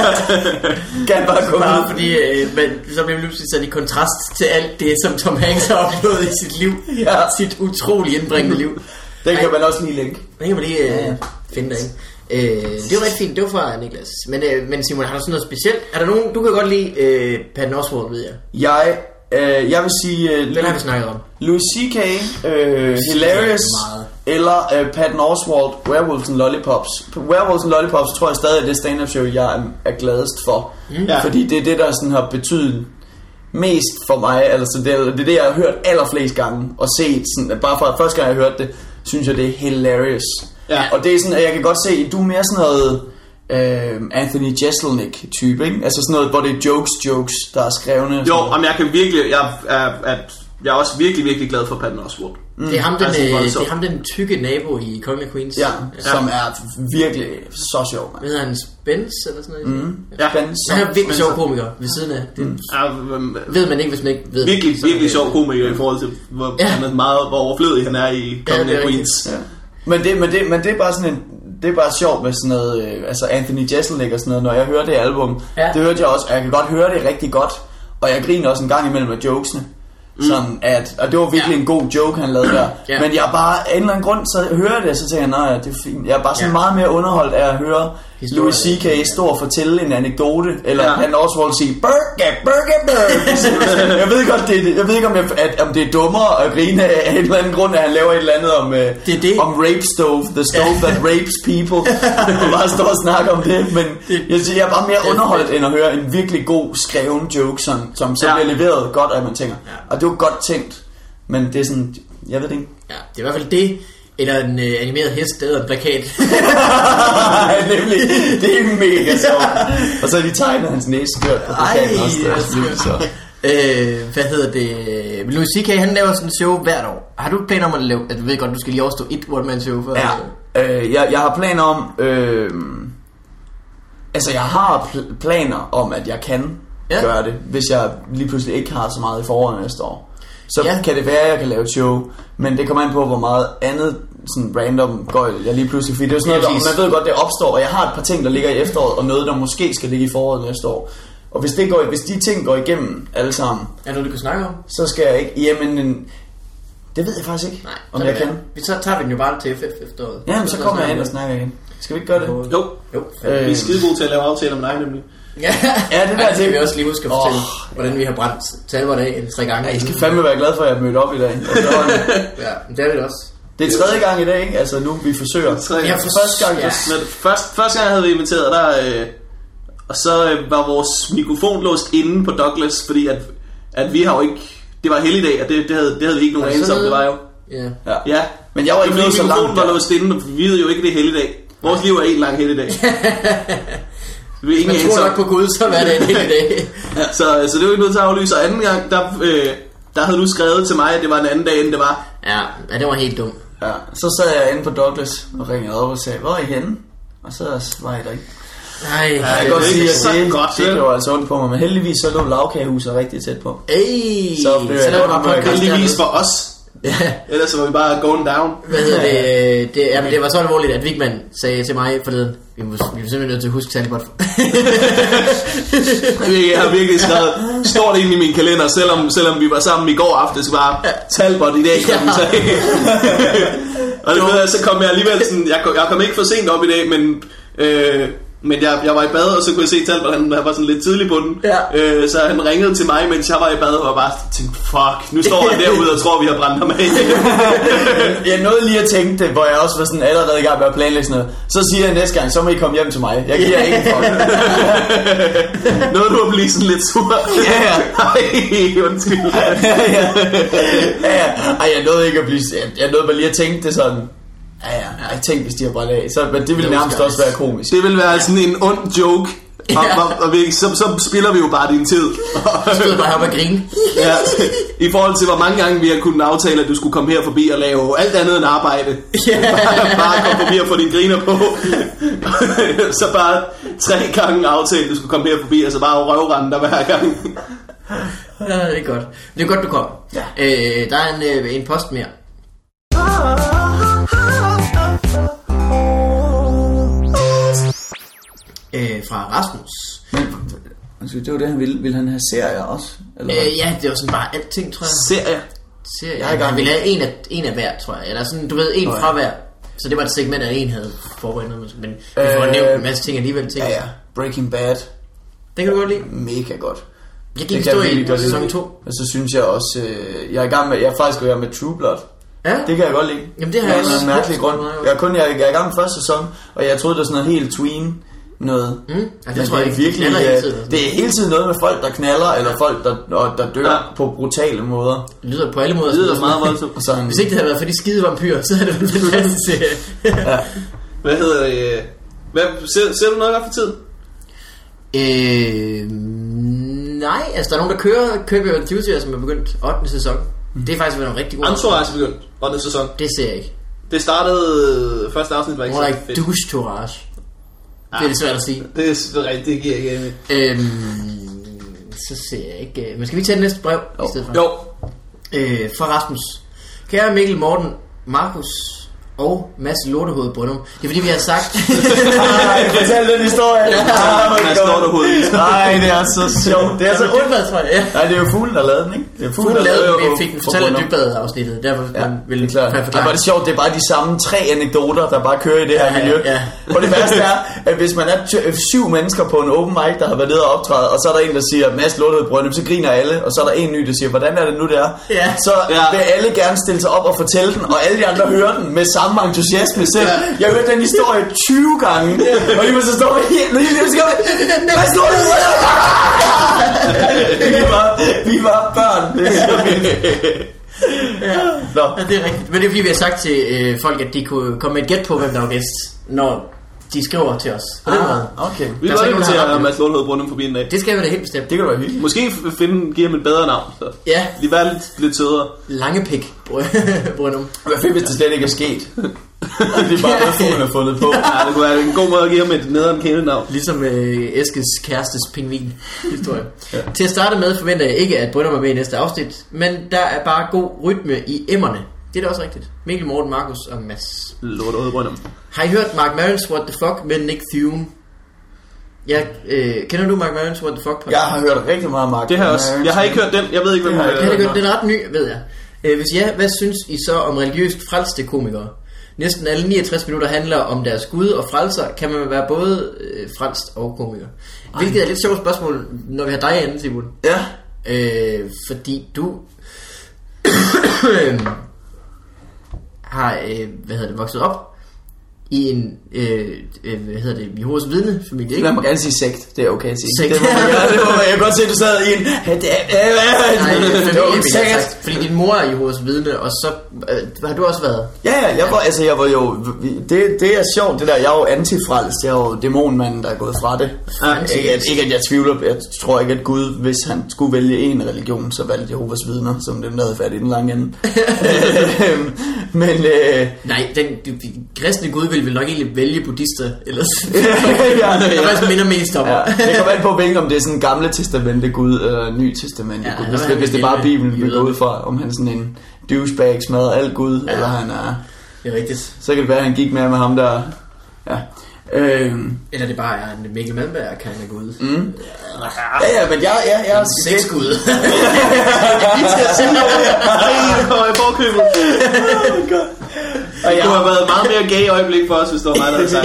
Kan bare komme ud. Fordi så bliver vi pludselig sat i kontrast til alt det, som Tom Hanks har opnået i sit liv. Sit utrolig indbringende liv. Den kan man også lige linke. Den kan man lige finde derinde. Det var rigtig fint, det var fra Niklas. Men Simon, har du sådan noget specielt? Er der nogen, du kan godt lide Patton Oswalt, ved jeg. Jeg vil sige den har vi snakket om. Louis C.K. Hilarious eller Patton Oswalt, Werewolves and Lollipops. Werewolves and Lollipops tror jeg stadig er det stand-up show jeg er gladest for. Fordi det er det der sådan har betydet mest for mig. Altså det er det jeg har hørt allerflest gange og set sådan, bare fra første gang jeg har hørt det, synes jeg det er hilarious. Og det er sådan at jeg kan godt se du er mere sådan noget Anthony Jeselnik type, ikke? Altså sådan noget, hvor det er jokes, der er skrevne. Jo, men jeg kan virkelig, jeg er også virkelig glad for Patton Oswalt. Det er ham den tykke nabo i Kongen af Queens. Som er virkelig så sjov, man. Hvad hedder han? Spence eller sådan noget? Spence. Han er virkelig sjov komiker ved siden af. Det ved man ikke, hvis man ikke ved. Virkelig sjov komiker i forhold til hvor overflødig han er i Kongen af Queens. Men det er bare sådan en, det er bare sjovt med sådan noget, altså Anthony Jeselnik og sådan noget, når jeg hører det album, det hørte jeg også, og jeg kan godt høre det rigtig godt, og jeg griner også en gang imellem af jokesene. Sådan at, og det var virkelig en god joke han lavede der. Men jeg bare af en eller anden grund så hører jeg det, så tænker jeg, nej, det er fint. Jeg er bare sådan meget mere underholdt af at høre Louis C.K. stå og fortælle en anekdote, eller han Oswald sige burger. Jeg ved godt det. Jeg ved ikke om det er dummere at grine af en eller anden grund, at han laver et eller andet om rape stove, the stove that rapes people, og bare står og snakker om det. Men jeg er bare mere underholdt end at høre en virkelig god skreven joke, som så bliver leveret godt, at man tænker, og det var godt tænkt, men det er sådan, jeg ved det ikke. Ja, det er i hvert fald det. Eller en animeret hest, eller en plakat. Nemlig, det er mega sjovt. Og så har de tegnet hans næseskørt på plakaten også. Hvad hedder det? Louis C.K. han laver sådan en show hvert år. Har du planer om at lave, at du ved godt, du skal lige overstå et one-man show for? Jeg har planer om altså jeg har planer om at jeg kan gøre det, hvis jeg lige pludselig ikke har så meget i foråret næste år. Så kan det være, at jeg kan lave et show, men det kommer an på, hvor meget andet sådan random gøjl jeg lige pludselig, fordi det er sådan noget, man ved godt, det opstår, og jeg har et par ting, der ligger i efteråret, og noget, der måske skal ligge i foråret næste år. Og hvis de ting går igennem alle sammen, er det noget, du kan snakke om? Så skal jeg ikke, jamen, Det ved jeg faktisk ikke, Nej, om jeg kan. Så tager vi den jo bare til FF efteråret. Ja, men så kommer jeg ind og snakker igen. Skal vi ikke gøre det? Jo. Vi er Øh, skide gode til at lave aftaler med dig nemlig. Ja, Ja, det der skal vi også lige huske at fortælle, hvordan vi har brændt Talbot af 3 gange. Ja, I skal fandme være glad for, at jeg er mødt op i dag. Ja, det er det også. Det er 3. gang i dag, ikke? Altså nu vi forsøger. Ja, Første gang. ja. Men første gang havde vi inviteret, der, og så var vores mikrofon låst inde på Douglas, fordi at vi har jo ikke, det var helligdag, og det havde vi ikke nogen anelse om, det var jo. Ja. Ja, Men jeg var ikke nået så langt. Mikrofonen var låst inde, og vi ved jo ikke, det er helligdag. Vores liv er en lang helligdag. Vi er ingen Man tror nok på Gud, så er det en hel dag. så det var ikke nødt til at aflyse. Og anden gang, der havde du skrevet til mig, at det var en anden dag, end det var. Ja, det var helt dumt. Ja, så sad jeg inde på Douglas og ringede op og sagde, hvor er I henne? Og så var jeg der ikke. Nej, Jeg kan det godt er sige, ikke at så det godt, vel? gjorde altså ondt på mig. Men heldigvis så lå lavkagehuset rigtig tæt på. Så laver du bare podcast Heldigvis for dernede. os. Ja. Ellers var vi bare going down. Hvad hedder det? Det var så alvorligt, at Vigman sagde til mig forleden, vi er simpelthen nødt til at huske Talbot. Jeg har virkelig skrevet stort ind i min kalender, selvom vi var sammen i går aftes, var Talbot i dag, kan man sige. Og det ved jeg, så kom jeg alligevel sådan, jeg kom ikke for sent op i dag, men jeg var i bad, og så kunne jeg se Talbot, han var sådan lidt tidlig på den. Ja. Så han ringede til mig, mens jeg var i bad, og bare tænkte, fuck, nu står han derude og tror, vi har brændt ham af. Jeg nåede lige at tænke det, hvor jeg også var sådan allerede i gang med at planlægge sådan noget. Så siger jeg næste gang, så må I komme hjem til mig. Jeg giver ikke for det. Noget du at blive sådan lidt sur. Ja. Ej, undskyld. Ja. Ej, jeg nåede ikke at blive... Jeg nåede bare lige at tænke det sådan... Ja, jeg tænkte, hvis de har brændt af. Men det ville nærmest også være komisk. Det vil være sådan en ond joke. Og så spiller vi jo bare din tid. Så stod bare heroppe og grine. Ja, i forhold til hvor mange gange vi har kunnet aftale, at du skulle komme her forbi og lave alt andet end arbejde. Bare komme forbi og få din griner på. Så bare 3 gange aftale, at du skulle komme her forbi, og så bare røvrende der hver gang. Ja, det er godt. Det er godt, du kom. Ja. Der er en post mere. Fra Rasmus. Det var det, han ville. Ville han have serier også? Eller Ja, det var sådan bare alting, tror jeg. Serie. Han ville have en af hver, tror jeg. Eller sådan, du ved, en fra hver. Så det var et segment, at en havde forberedt noget. Men vi får nævnt en masse ting alligevel. Ja. Breaking Bad. Det kan du godt lide. Mega godt. Jeg gik stå i sæson 2. Og så synes jeg også, jeg er i gang med, jeg er faktisk i gang med True Blood. Ja. Det kan jeg godt lide. Jamen det har jeg også. En mærkelig grund. Jeg er i gang med første sæson, og jeg troede det var sådan noget helt tween noget. Det tror jeg ikke. Virkelig, det er hele tiden noget med folk, der knaller, eller folk, der dør på brutale måder. Det lyder på alle måder. Det lyder meget voldsomt. Hvis ikke det havde været for de skide vampyrer, så havde det været en fantastisk serie. Ja. Hvad hedder det? Ser du noget godt for tid? Nej, altså der er nogen, der køber Duty, som er begyndt 8. sæson. Det er faktisk været en rigtig god. Entourage er begyndt 8. sæson. Det ser jeg ikke. Det startede første afsnit var ikke More så like fedt. douche-tourage. Det er det svært at sige. Det er rigtigt, det giver ikke Så ser jeg ikke. Men skal vi tage det næste brev i stedet for? Jo. Fra Rasmus. Kære Mikkel, Morten, Markus og Mads Lortehoved Brøndum. Det er fordi vi har sagt. Fortæl den historie. Mads Lortehoved. Nej, det er så sjovt. Det er så Dybvad, tror jeg. Nej, det er jo fuglen, der lavede den, ikke? Det er Fuglen der lavede, lavede vi fik den fortalt af Dybvad-afsnittet. Derfor ville det er klart. Det er bare det sjovt, det er bare de samme 3 anekdoter, der bare kører i det her miljø. Ja. Og det værste er, at hvis man er 7 mennesker på en open mic, der har været nede og optræde, og så er der en, der siger, Mads Lortehoved Brøndum, så griner alle, og så er der en ny, der siger, hvordan er det nu, det er? Ja. Så vil alle gerne stille sig op og fortælle den, og alle de andre hører den med samme entusiasme selv. Jeg har hørt den historie 20 gange, og I må så stå med helt Mads Lortehoved Vi var børn. Det er så vildt. Ja, det er rigtigt. Men det er fordi vi har sagt til folk, at de kunne komme med et gæt på, hvem der var gæst, når de skriver til os. På den måde. Okay. Vi Der var er så ikke ikke til nogen, at Mads Lortehoved Brøndum forbi en dag. Det skal vi da helt bestemt. Det kan du være hyggeligt. Måske give ham et bedre navn. Så. Ja. De var lidt sødere. Langepik Brøndum. Hvad fedt, hvis det slet ikke er sket. Det er bare noget, fuglen har fundet på. Ja, det kunne være en god måde at give ham et nederen kælenavn. Ligesom Eskes kærestes pingvin historie. Til at starte med forventer jeg ikke, at Brøndum er med i næste afsnit, men der er bare god rytme i emmerne. Det er da også rigtigt. Mikkel, Morten, Markus og Mads. Lortehoved Brøndum. Har I hørt Mark Maron's What the Fuck med Nick Thune? Kender du Mark Maron's What the Fuck? Jeg har hørt rigtig meget Mark. Det har jeg også. Jeg har ikke hørt den. Jeg ved ikke, hvem Jeg har hørt den ret ny, ved jeg. Hvis ja, hvad synes I så om religiøst frelste komikere? Næsten alle 69 minutter handler om deres Gud og frelser. Kan man være både frelst og komiker? Hvilket er et lidt sjovt spørgsmål, når vi har dig inde, Simon. Ja. Fordi du har vokset op i en Jehovas vidne familie, ikke? Lad mig gerne sige sekt. Det er okay at sige. Sekt. Det må jeg kan godt se, at du sad i en... Fordi din mor er Jehovas vidne, og så har du også været. Ja, jeg var jo... Det er sjovt, det der. Jeg er jo antifrelst. Jeg er jo dæmonmanden, der er gået fra det. Ikke at jeg tvivler. Jeg tror ikke, at Gud, hvis han skulle vælge en religion, så valgte Jehovas vidner, som dem, der havde fat i den lange ende. Men... Nej, den kristne Gud vil nok egentlig vælge buddhister, ellers det minder mest om. Ja, det kommer an på, om det er sådan Gamle Testamente Gud eller Ny Testamente Gud. Hvis det er bare Bibelen, vi går ud fra, om han er sådan en douchebag, smadrer alt Gud, eller han er... Det er rigtigt. Så kan det være, at han gik med ham, der... Ja. Eller det bare er en Mikkel Malmberg, kan han Gud. Ja, men jeg er... Sexgud. Vi skal simpelthen i forkøbet. Og du har været meget mere gay øjeblik for os, hvis du var mig, der havde sagt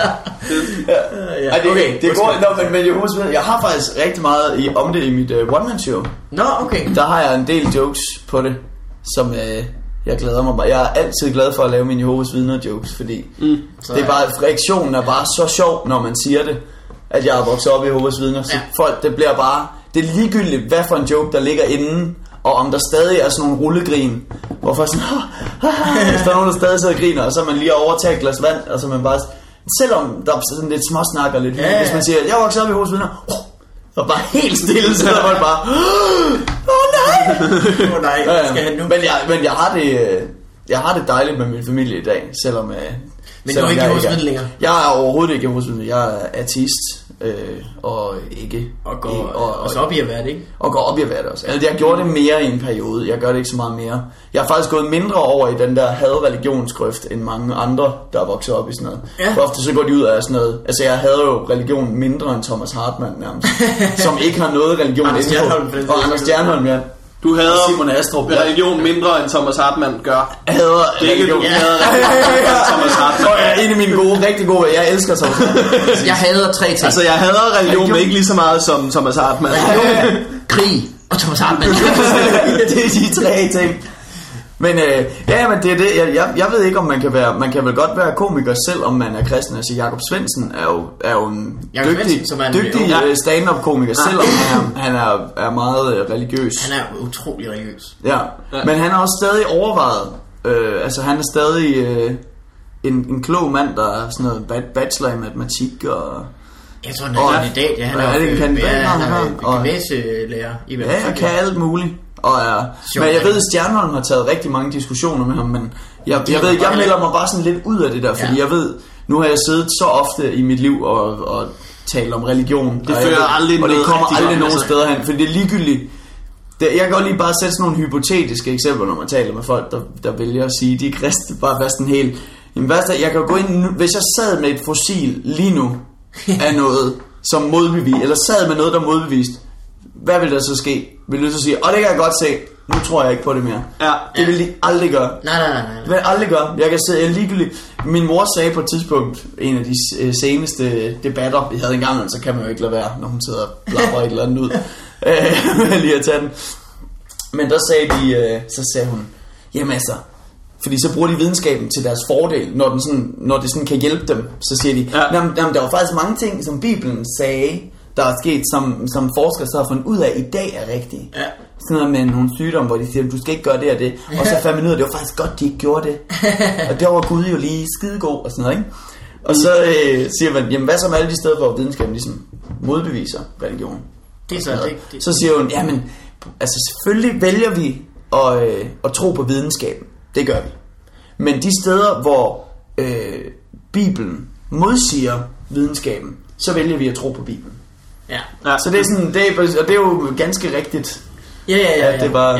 det. Okay, det går. Men jeg har faktisk rigtig meget om det i mit one-man-show. Nå, okay. Der har jeg en del jokes på det, som jeg glæder mig bare. Jeg er altid glad for at lave mine Jehovas vidner jokes, fordi det er bare, reaktionen er bare så sjov, når man siger det, at jeg er vokset op i Jehovas vidner. Så folk, det bliver bare, det er ligegyldigt, hvad for en joke, der ligger inden, og om der stadig er sådan nogle rullegrin, hvorfor sådan, hvis der er nogen, der stadig sidder og griner, og så er man lige overtaget et glas vand, og så man bare, selvom der er sådan lidt småsnak og lidt, hvis man siger, jeg er vokset op i Jehovas vidner, og bare helt stille, så er folk bare, nej, skal han nu? Men jeg har det dejligt med min familie i dag, selvom... Men du er ikke Jehovas vidne længere? Jeg er overhovedet ikke Jehovas vidne. Jeg er ateist, og ikke... Og går op i at være det, ikke? Og går op i at være det også. Altså, jeg gjorde det mere i en periode. Jeg gør det ikke så meget mere. Jeg har faktisk gået mindre over i den der had-religionsgrøft, end mange andre, der er vokset op i sådan noget. Ja. For ofte så går de ud af sådan noget... Altså, jeg havde jo religion mindre end Thomas Hartmann nærmest, som ikke har noget religion indenfor. Og Anders Stjernholm, ja. Du hader Simon Astrup religion mindre end Thomas Hartmann gør. Hader religion. Du hader religion Thomas Hartmann. En af mine gode, rigtig gode. Jeg elsker Thomas Hartmann. Jeg hader 3 ting. Altså jeg hader religion, men ikke lige så meget som Thomas Hartmann. Religion, krig og Thomas Hartmann. Det er de 3 ting. Men men det er det. Jeg ved ikke om man kan vel godt være komiker selv om man er kristen. Altså Jakob Svendsen er jo en dygtig stand-up komiker, selvom han er meget religiøs. Han er utrolig religiøs. Ja. Men han har også stadig overvejet. Altså han er stadig en klog mand, der er sådan noget bachelor i matematik og. Jeg tror han er kandidat. Ja, han er gymnasielærer i matematik. Ja, han kan alt muligt. Men jeg ved, at Stjernholm har taget rigtig mange diskussioner med ham, men jeg ved ikke, jeg melder mig bare sådan lidt ud af det der, fordi jeg ved, nu har jeg siddet så ofte i mit liv og talt om religion, det fører aldrig og det kommer aldrig nogen steder hen, fordi det er ligegyldigt. Jeg kan godt lige bare sætte sådan nogle hypotetiske eksempler, når man taler med folk, der vælger at sige, de er kristne, bare være sådan helt, jamen jeg kan jo gå ind, hvis jeg sad med et fossil lige nu af noget som modbevis, eller sad med noget, der modbevist, hvad vil der så ske? Vil du så sige, det kan jeg godt se, nu tror jeg ikke på det mere. Det vil de aldrig gøre. Nej. Det vil aldrig gøre. Jeg kan se ligegyldigt. Min mor sagde på et tidspunkt, en af de seneste debatter, vi havde engang, så kan man jo ikke lade være, når hun sidder og blabber et eller andet ud. Lige at tage den. Men der sagde hun, jamen altså, fordi så bruger de videnskaben til deres fordel, når det sådan kan hjælpe dem. Så siger de, jamen, der var faktisk mange ting, som Bibelen sagde, der er sket, som forskere så har fundet ud af i dag er rigtigt. Ja. Sådan noget med nogle sygdomme, hvor de siger, du skal ikke gøre det og det. Og så fandt man ud af, det var faktisk godt, de ikke gjorde det. Og der var Gud jo lige skidegod og sådan noget, ikke? Og så siger man, jamen hvad så med alle de steder, hvor videnskaben ligesom modbeviser religion? Det er så rigtigt. Så siger hun, jamen, altså selvfølgelig vælger vi at tro på videnskaben. Det gør vi. Men de steder, hvor Bibelen modsiger videnskaben, så vælger vi at tro på Bibelen. Ja. Så det er sådan, og det er jo ganske rigtigt. Ja. Det bare,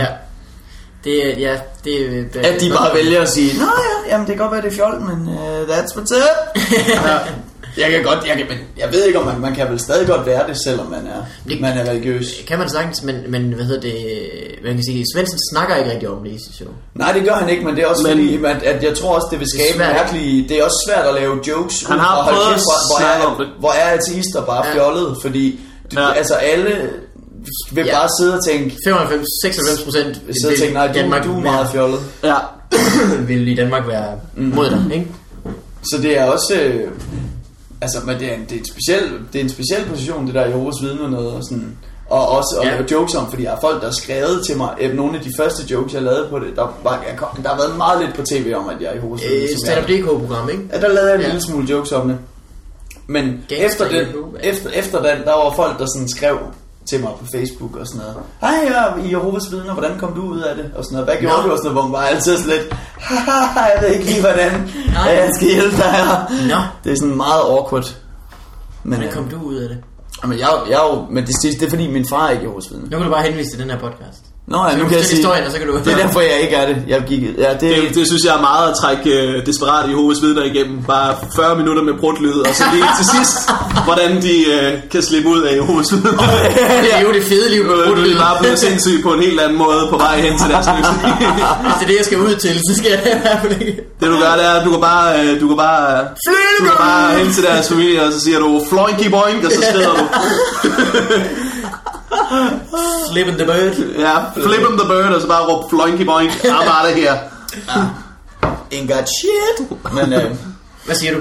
at de bare vælger at sige, nå ja, jamen det kan godt være det er fjol, men that's what's up. Men jeg ved ikke, om man kan vel stadig godt være det, selvom man er religiøs. Kan man sagtens, men hvad hedder det, man kan sige, Svendsen snakker ikke rigtig om det i sit show. Nej, det gør han ikke, men det er også fordi, at jeg tror også, det vil skabe mærkelige... Det er også svært at lave jokes. Han har prøvet hvor er ateister bare fjollet, fordi altså alle vil bare sidde og tænke... 95-96% sidde og tænke, nej, du er meget fjollet. Ja. Vil i Danmark være mod dig, ikke? Så det er også... altså, men det er en speciel position, det der Jehovas Vidner noget og sådan... Og også at lave jokes om, fordi jeg har folk, der har skrevet til mig nogle af de første jokes, jeg lavede på det. Der har været meget lidt på tv om, at jeg er Jehovas Vidner. Stand-up DK-program, ikke? Ja, der lavede jeg en lille smule jokes om det. Men efter den, der var folk, der sådan skrev til mig på Facebook og sådan noget. Hej, jeg er i Jehovas Vidner, hvordan kom du ud af det? Og sådan noget. Hvad gjorde du? Og sådan noget, hvor man var altid sådan lidt, jeg ved ikke lige, hvordan jeg skal hjælpe dig her. Det er sådan meget awkward. Men hvordan kom du ud af det? Men men det er fordi min far er ikke Jehovas Vidner. Nu kan du bare henvise til den her podcast. Nå, ja, nu kan jeg sige, historien, og så kan du... det er derfor jeg ikke er det. Det synes jeg er meget at trække desperat Jehovas Vidner igennem. Bare 40 minutter med brutlyd, og så lige til sidst, hvordan de kan slippe ud af Jehovas Vidner. Det er jo det fede liv med brutlyd. Det er bare blevet sindssygt på en helt anden måde på vej hen til deres livs. Hvis det er det, jeg skal ud til, så skal jeg ikke. Det du gør, det er, at du kan bare hen til deres familie, og så siger du floinky boink, og så skrider du. Flippin' the bird. Ja, flippin' the bird, og så bare råb floinky boink. I'm out of here. Ain't got shit. Men hvad siger du?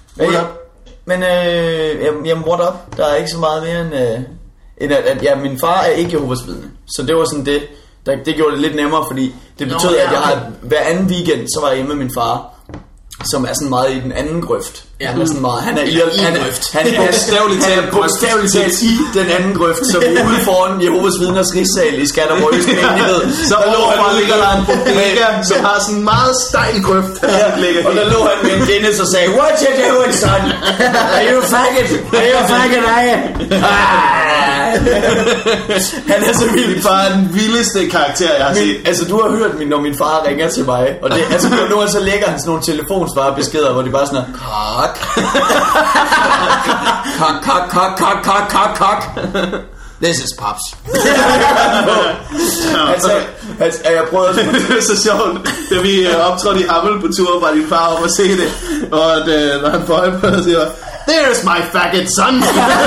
What up? Der er ikke så meget mere end at min far er ikke Jehovas Vidne. Så det var sådan det gjorde det lidt nemmere, fordi det betød, at jeg har hver anden weekend, så var jeg hjemme med min far, som er sådan meget i den anden grøft. Han er sådan meget, han er bogstaveligt talt i den anden grøft, som er ude foran Jehovas Vidners rigssal i Skanderborgs menighed. Så ligger der en bodega, som har sådan en meget stejl grøft. Og der lå han med en Guinness og sagde, what you doing, son? Are you a faggot? Han er så vild. Min far er den vildeste karakter, jeg har set. Altså, du har hørt, når min far ringer til mig, og det, altså, nu så lægger han sådan nogle telefonsvarebeskeder, hvor de bare sådan er, kok. This is Pops. altså, jeg prøvede det er så sjovt. Da vi optrådte i Hammel på tur, var din far op og se det. Og når han får øje på det, siger there's my faggot son.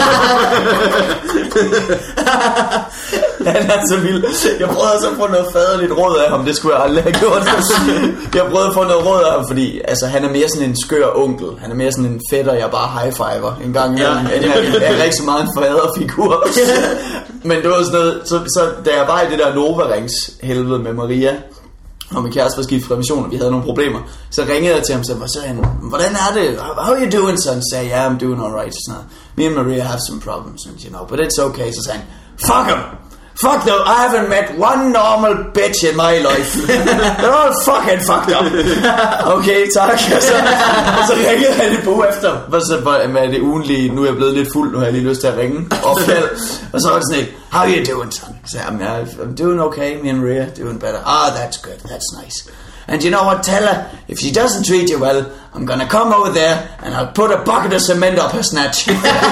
Han er så vild. Jeg prøvede så at få noget faderligt råd af ham. Det skulle jeg aldrig have gjort. Jeg prøvede at få noget råd af ham, fordi altså, han er mere sådan en skør onkel. Han er mere sådan en fætter, jeg bare high-fiver en gang imellem. Han er ikke så meget en faderfigur. Men det var sådan noget, så da jeg var i det der Nova-rings helvede med Maria, og min kæreste var skidt fra mission, og vi havde nogle problemer, så ringede jeg til ham og sagde han, hvordan er det? How are you doing, son? Så sagde yeah, I'm doing alright. Me and Maria have some problems, you know, but it's okay. Så sagde han, fuck him! Fuck them, I haven't met one normal bitch in my life. They're all fucking fucked up. Okay, tak. Og så ringede han en uge efter. Med det ugenlige, nu er jeg blevet lidt fuld, nu har jeg lige lyst til at ringe. Og så var det sådan et, how are you doing, son? Så sagde jeg, I'm doing okay, me and Maria doing better. That's good, that's nice. And you know what, tell her, if she doesn't treat you well, I'm gonna come over there and I'll put a bucket of cement up her snatch.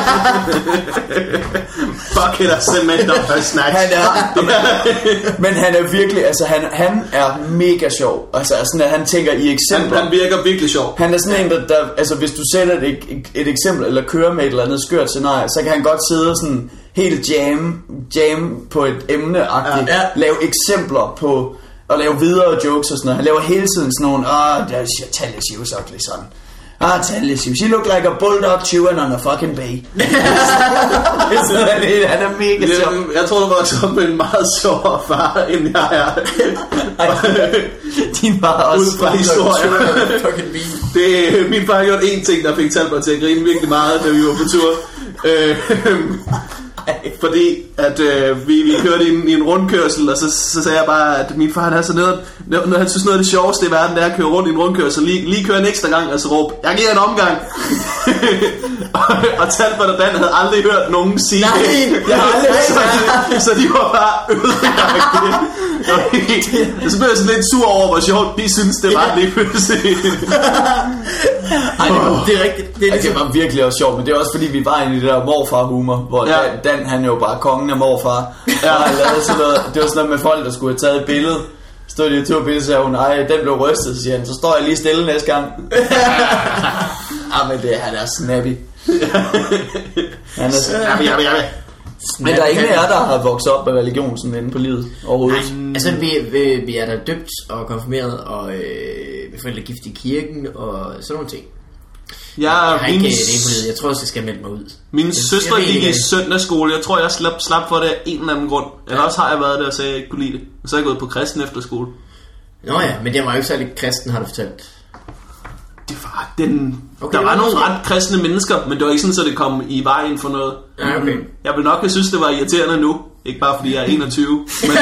Bucket of cement up her snatch. Men han er virkelig, altså han er mega sjov. Altså sådan at han tænker i eksempler. Han virker virkelig sjov. Han er sådan en, der altså hvis du sætter et eksempel eller kører med et eller andet skørt scenarie, så kan han godt sidde sådan helt jam på et emne-agtigt, lave eksempler på og lave videre jokes og sådan noget. Han laver hele tiden sådan nogle, tell us you ugly son. Tell us you. She look like a bulldog chewing on a fucking bay. Han er mega sjov. Jeg tror, du var sådan med en meget sjovere far, end jeg er. Din far er også ud fra historien. Min far har gjort én ting, der fik talt mig til at grine virkelig meget, da vi var på tur. Fordi at vi kørte i en rundkørsel, og så sagde jeg bare, at min far er så noget, når han synes noget af det sjoveste i verden, det er at køre rundt i en rundkørsel, lige køre en ekstra gang, og så råbe, jeg giver en omgang. Og Talbot og Dan havde aldrig hørt nogen sige Nej, det. jeg har aldrig Så de var bare ødelagte. Så blev jeg sådan lidt sur over, hvor sjovt de synes det var lige pludselig. Ej, det er rigtigt. Det var virkelig også sjovt, men det er også fordi vi var inde i det der morfar-humor, hvor Dan han jo bare kongen af morfar. Og han lavede sådan noget, det var sådan noget med folk, der skulle have taget et billede. Stod de og tog et billede, så sagde hun, ej, den blev rystet, så siger han, så står jeg lige stille næste gang. Men han er snappy. Han er snappy. Men der er ingen af jer, der har vokset op med religion sådan inde på livet overhovedet. Nej, altså vi er der døbt og konfirmeret, og vi forældre gift i kirken, og sådan nogle ting. Jeg har ikke det på livet. Jeg tror også, jeg skal melde mig ud. Min søstre gik i søndagsskole. Jeg tror, jeg slap for det af en eller anden grund. Eller også har jeg været der og sagde, jeg ikke kunne lide det. Og så er jeg gået på kristen efterskole. Nå ja, men det var jo ikke særlig kristen, har du fortalt. Det var der var nogle ret kristne mennesker, men det var ikke sådan, at det kom i vejen for noget. Ja, okay. Jeg vil nok synes, det var irriterende nu. Ikke bare fordi jeg er 21, men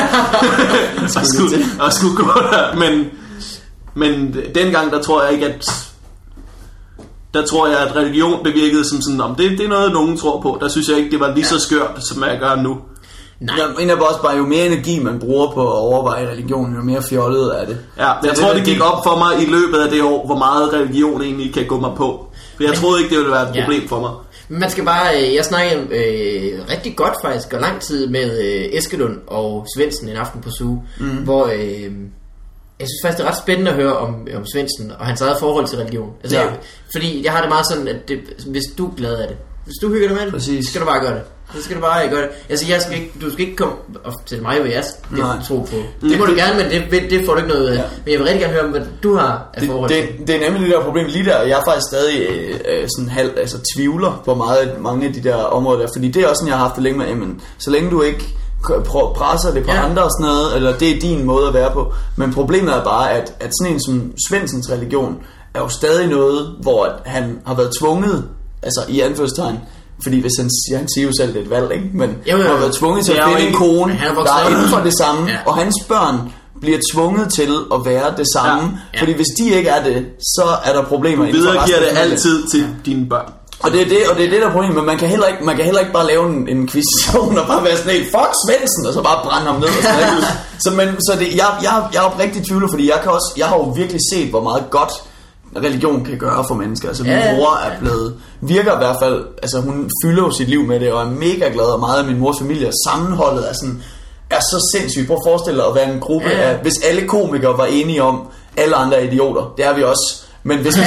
og skulle gå der. Men dengang, der tror jeg ikke, at... Der tror jeg, at religion bevirkede som sådan, om det er noget, nogen tror på. Der synes jeg ikke, det var lige så skørt, som jeg gør nu. Nej. Jeg mener også bare, jo mere energi man bruger på at overveje religion, jo mere fjollet er det. Ja, jeg tror, det gik op for mig i løbet af det år, hvor meget religion egentlig kan gå mig på. For jeg troede ikke, det ville være et problem for mig. Man skal bare, jeg snakkede rigtig godt faktisk, og lang tid med Eskelund og Svendsen en aften på Zoo, hvor... Jeg synes faktisk, det er ret spændende at høre om Svendsen og hans eget forhold til religion. Altså, fordi jeg har det meget sådan, at hvis du er glad af det, hvis du hygger dig med det, så skal du bare gøre det. Så skal du bare gøre det. Altså, du skal ikke komme og til mig, hvad jeg tro på. Det må du gerne, men det får du ikke noget af. Men jeg vil rigtig gerne høre om, hvad du har af forhold til. Det er nemlig det der problem lige der. Jeg er faktisk stadig sådan tvivler på mange af de der områder der. Fordi det er også sådan, jeg har haft det længe med, jamen, så længe du ikke presser det på andre og sådan noget, eller det er din måde at være på. Men problemet er bare, at sådan en som Svendsens religion er jo stadig noget, hvor han har været tvunget, altså i anførselstegn, fordi hvis han siger jo selv, det er et valg, ikke? Men han har været tvunget til at finde en kone, der er inden for det samme, og hans børn bliver tvunget til at være det samme, fordi hvis de ikke er det, så er der problemer inden for resten af videregiver det altid til dine børn. Og det er det der er problemet, men man kan heller ikke bare lave en quizzition og bare være sådan helt fuck Svendsen og så bare brænde ham ned og sådan. Jeg er oprigtigt tvivler, fordi jeg har jo virkelig set hvor meget godt religion kan gøre for mennesker. Altså min mor virker i hvert fald, altså hun fylder jo sit liv med det og er mega glad, og meget af min mors familie sammenholdet er så sindssygt. Prøv at forestille dig at være en gruppe af, hvis alle komikere var enige om alle andre idioter, det er vi også. Men hvis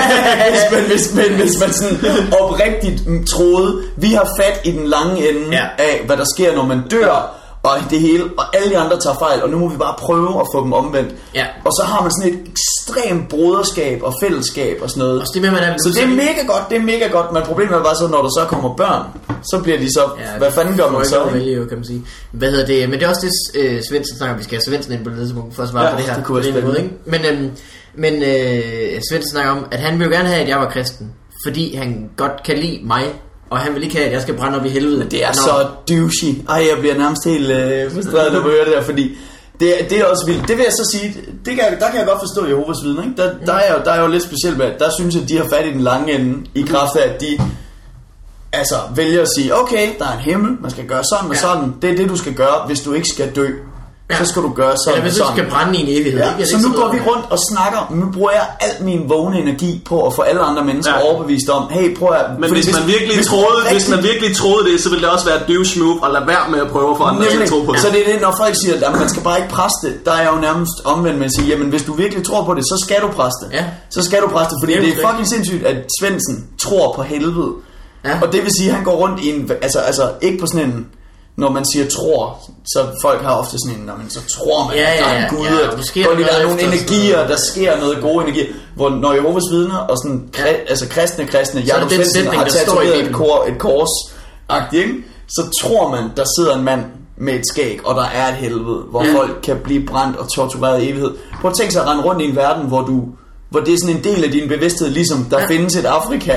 man sådan oprigtigt troede, vi har fat i den lange ende af, hvad der sker, når man dør, og det hele, og alle de andre tager fejl, og nu må vi bare prøve at få dem omvendt. Ja. Og så har man sådan et ekstremt broderskab og fællesskab og sådan noget. Så det er mega godt, men problemet er bare så, når der så kommer børn, så bliver de så, hvad fanden gør man så? Vælge, kan man sige. Hvad hedder det? Men det er også det, Svendsen snakker, vi skal have Svendsen ind på det tidspunkt, for at svare på det her. Det kunne være spændende. Men Svendsen snakker om, at han vil jo gerne have, at jeg var kristen, fordi han godt kan lide mig, og han vil ikke have, at jeg skal brænde op i helvede. Men det er så douchey. Ej, jeg bliver nærmest helt frustreret, når jeg hører det der, fordi det er også vildt. Det vil jeg så sige, der kan jeg godt forstå Jehovas vidner, ikke? Der er jo lidt specielt med, der synes jeg, at de har fat i den lange ende, i kraft af, at de vælger at sige, okay, der er en himmel, man skal gøre sådan og sådan, det er det, du skal gøre, hvis du ikke skal dø. Så skal du gøre sådan. Eller hvis du skal brænde i en evighed. Ja, så nu går vi rundt og snakker. Nu bruger jeg al min vågne energi på at få alle andre mennesker overbevist om, hey, prøv at... Men hvis man virkelig troede det, så ville det også være et douche move at lade være med at prøve for andre til at tro på det. Så det er det, når folk siger, at man skal bare ikke presse det. Der er jeg jo nærmest omvendt med at sige, jamen hvis du virkelig tror på det, så skal du presse det. Ja. Så skal du presse det, fordi det er fucking sindssygt, at Svendsen tror på helvede. Ja. Og det vil sige, at han går rundt i en... Altså ikke på sådan en... Når man siger tror, så folk har ofte sådan en, så tror man, at der er en Gud, der er nogle energier, der sker noget gode energi. Hvor når Jehovas vidner og sådan, altså kristne, Jakob Svendsen har tatoveret et kors-agtigt, ikke? Så tror man, der sidder en mand med et skæg, og der er et helvede, hvor folk kan blive brændt og tortureret i evighed. Prøv at tænke sig at rende rundt i en verden, hvor det er sådan en del af din bevidsthed, ligesom der findes et Afrika,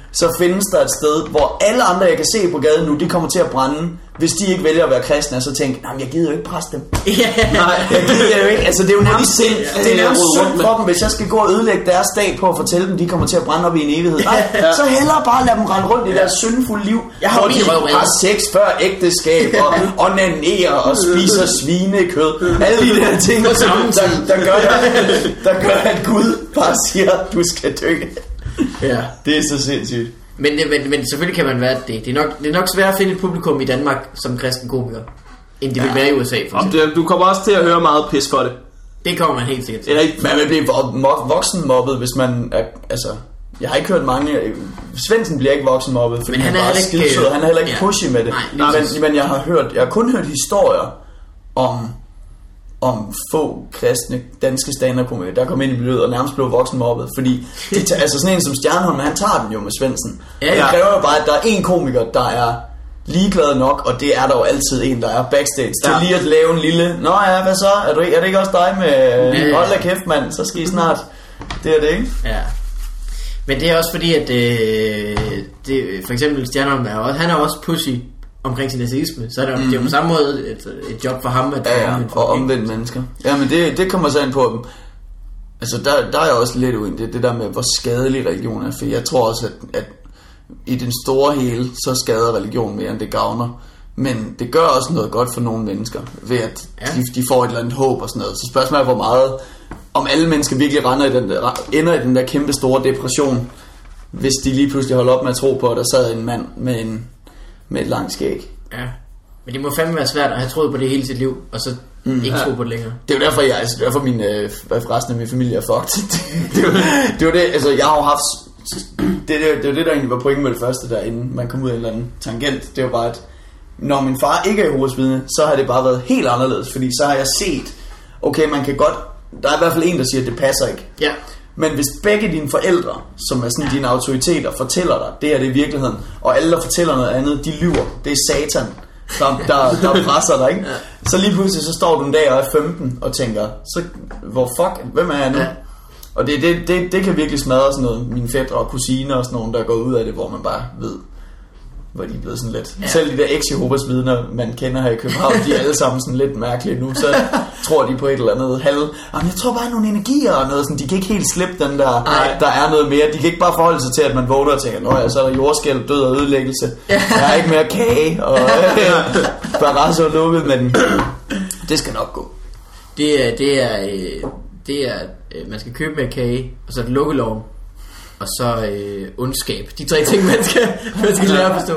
så findes der et sted, hvor alle andre, jeg kan se på gaden nu, de kommer til at brænde, hvis de ikke vælger at være kristne, og så tænker, nej, jeg gider jo ikke presse dem. Nej, jeg gider jo ikke. Altså, det er jo nærmest synd for dem, hvis jeg skal gå og ødelægge deres dag på at fortælle dem, de kommer til at brænde op i en evighed. Nej, så hellere bare lade dem rende rundt i deres syndfulde liv, hvor de har sex før ægteskab, og onanerer og spiser svinekød. Alle de der ting, der gør, at Gud bare siger, du skal dø. Ja. Det er så sindssygt. Men selvfølgelig kan man være det. Det er nok svært at finde et publikum i Danmark som kristen komiker, end det vil være i USA for eksempel. Du kommer også til at høre meget pis for det. Det kommer man helt sikkert til. Man vil blive voksenmobbet, hvis man er, altså, jeg har ikke hørt mange. Svendsen bliver ikke voksenmobbet, fordi han er bare skidesød. Han er heller ikke pushy med det. Men jeg har kun hørt historier om få kristne danske stand-up-komikere, der kom ind i miljøet og nærmest blev voksenmobbet, fordi altså sådan en som Stjernholm, han tager den jo med Svendsen. Det kræver jo bare, at der er en komiker, der er ligeglad nok, og det er der jo altid en, der er backstage, til lige at lave en lille, nå ja, hvad så? Er det ikke også dig med, hold da kæft mand, så skal I snart, det er det, ikke? Ja. Men det er også fordi, at det for eksempel Stjernholm han er også pussy omkring sin ateisme, så er det jo på samme måde et job for ham, at og omvendt mennesker. Ja, men det kommer så ind på dem. Altså der er jeg også lidt uenig, det der med hvor skadelig religion er, for jeg tror også at i den store hele så skader religion mere end det gavner, men det gør også noget godt for nogle mennesker ved at de får et eller andet håb og sådan noget. Så spørgsmålet er hvor meget, om alle mennesker virkelig ender i den der kæmpe store depression, hvis de lige pludselig holder op med at tro på, at der sad en mand med et langt skæg. Ja, men det må fandme være svært at have troet på det hele sit liv, og så ikke tro på det længere. Det er jo derfor, min resten af min familie er fucked. det var det, altså jeg har jo haft, det var det der egentlig var pointen med det første der, inden man kom ud af en eller anden tangent. Det var bare, at når min far ikke er Jehovas vidne, så har det bare været helt anderledes, fordi så har jeg set, okay, man kan godt, der er i hvert fald en, der siger, at det passer ikke. Ja. Men hvis begge dine forældre, som er sådan dine autoriteter, fortæller dig, det er det i virkeligheden, og alle, der fortæller noget andet, de lyver. Det er Satan, der presser dig, ikke? Så lige pludselig, så står du en dag og er 15 og tænker, så hvem er jeg nu? Ja. Og det kan virkelig smadre sådan noget. Mine fætre og kusiner og sådan nogen, der går ud af det, hvor man bare ved, hvor de er blevet sådan lidt. Ja. Selv de der ex-Jehovas vidner, man kender her i København, de er alle sammen sådan lidt mærkelige nu. Så tror de på et eller andet jamen jeg tror bare nogle energier og noget sådan. De kan ikke helt slippe den der, der er noget mere. De kan ikke bare forholde sig til, at man vågner og tænker, nå ja, så er der jordskælv, død og ødelæggelse. Der er ikke mere kage, og bare så lukket, men det skal nok gå. Det er man skal købe med kage, og så er det lukkeloven, og så ondskab. De tre ting, man skal lære at forstå.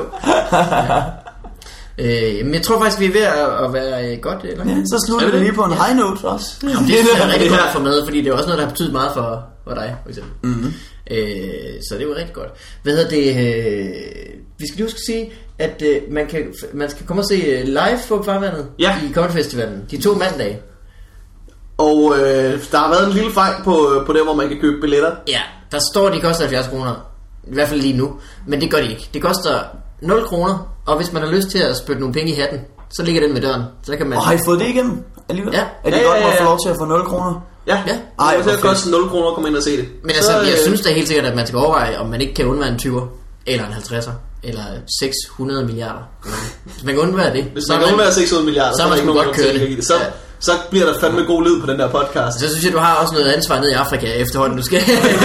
Men jeg tror faktisk, vi er ved at være godt. Eller? Ja, så slutter vi lige på en high note også. Jamen, det er rigtig godt for med, fordi det er også noget, der har betydet meget for dig, for eksempel. Mm-hmm. Så det var rigtig godt. Hvad hedder det? Vi skal lige huske at sige, at man skal komme og se live på Farvandet i Comedy Festivalen. De 2 mandage. Og der har været en lille fejl på det, hvor man kan købe billetter. Ja, der står, de koster 70 kroner. I hvert fald lige nu. Men det gør det ikke. Det koster 0 kroner. Og hvis man har lyst til at spytte nogle penge i hatten, så ligger den ved døren. Så kan man... har I fået det igennem alligevel? Ja. Er det godt at få lov til at få 0 kroner? Ja. Det koster 0 kroner at komme ind og se det. Men altså, jeg synes da helt sikkert, at man skal overveje, om man ikke kan undvære en 20'er, eller en 50'er, eller 600 milliarder. Hvis man kan undvære det. Hvis man kan undvære 600 milliarder, så er man ikke godt køre det. Så bliver der fandme god lyd på den der podcast. Så synes jeg, du har også noget ansvar ned i Afrika efterhånden, du skal.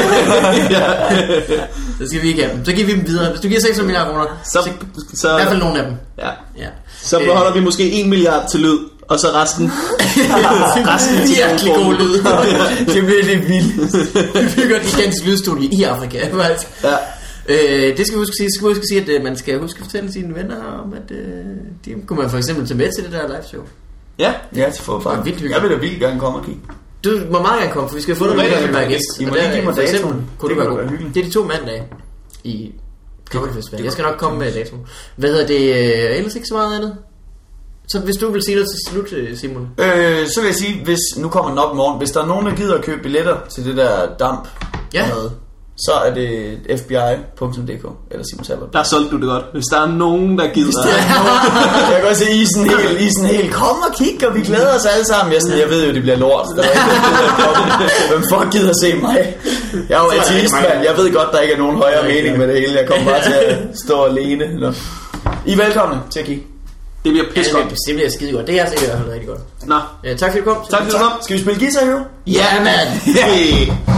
Så skal vi ikke have dem. Så giver vi dem videre. Hvis du giver 600 milliarder kroner, så i hvert fald nogle af dem. Ja. Så beholder vi måske 1 milliard til lyd, og så resten virkelig god lyd. Det bliver lidt vildt. Vi bygger et gigantisk lydstudie i Afrika. Ja. Det skal vi huske at sige, at man skal huske at fortælle sine venner om, at de kunne man for eksempel tage med til det der live show. Ja, til forfang. Jeg vil da vildt gerne komme og kigge. Du må meget gerne komme, for vi skal få dig med til være gæst. I må lige give mig datoen. Kunne det være god. Det er de 2 mandage i Comedy Festival. Jeg skal nok komme med datoen. Hvad hedder det? Ellers ikke så meget andet. Så hvis du vil sige noget til slut, Simon. Så vil jeg sige, hvis nu kommer den op i morgen, hvis der er nogen, der gider at købe billetter til det der damp, så er det fbi.dk eller Simon Talbot. Der solgte du det godt. Hvis der er nogen, der gider. Jeg kan godt se, I sådan helt, kom og kig, og vi glæder os alle sammen. Jeg ved jo, det bliver lort. Der er ikke, hvem fuck gider se mig? Jeg er jo ateist, mand. Jeg ved godt, der ikke er nogen højere mening med det hele. Jeg kommer bare til at stå alene. I er velkomne til at kigge. Det bliver pisse godt. Det bliver skide godt. Det er jeg sikkert i hvert fald rigtig godt. Nå. Tak fordi du kom. Tak fordi du kom. Skal vi spille Guitar Hero? Ja, mand. Hey.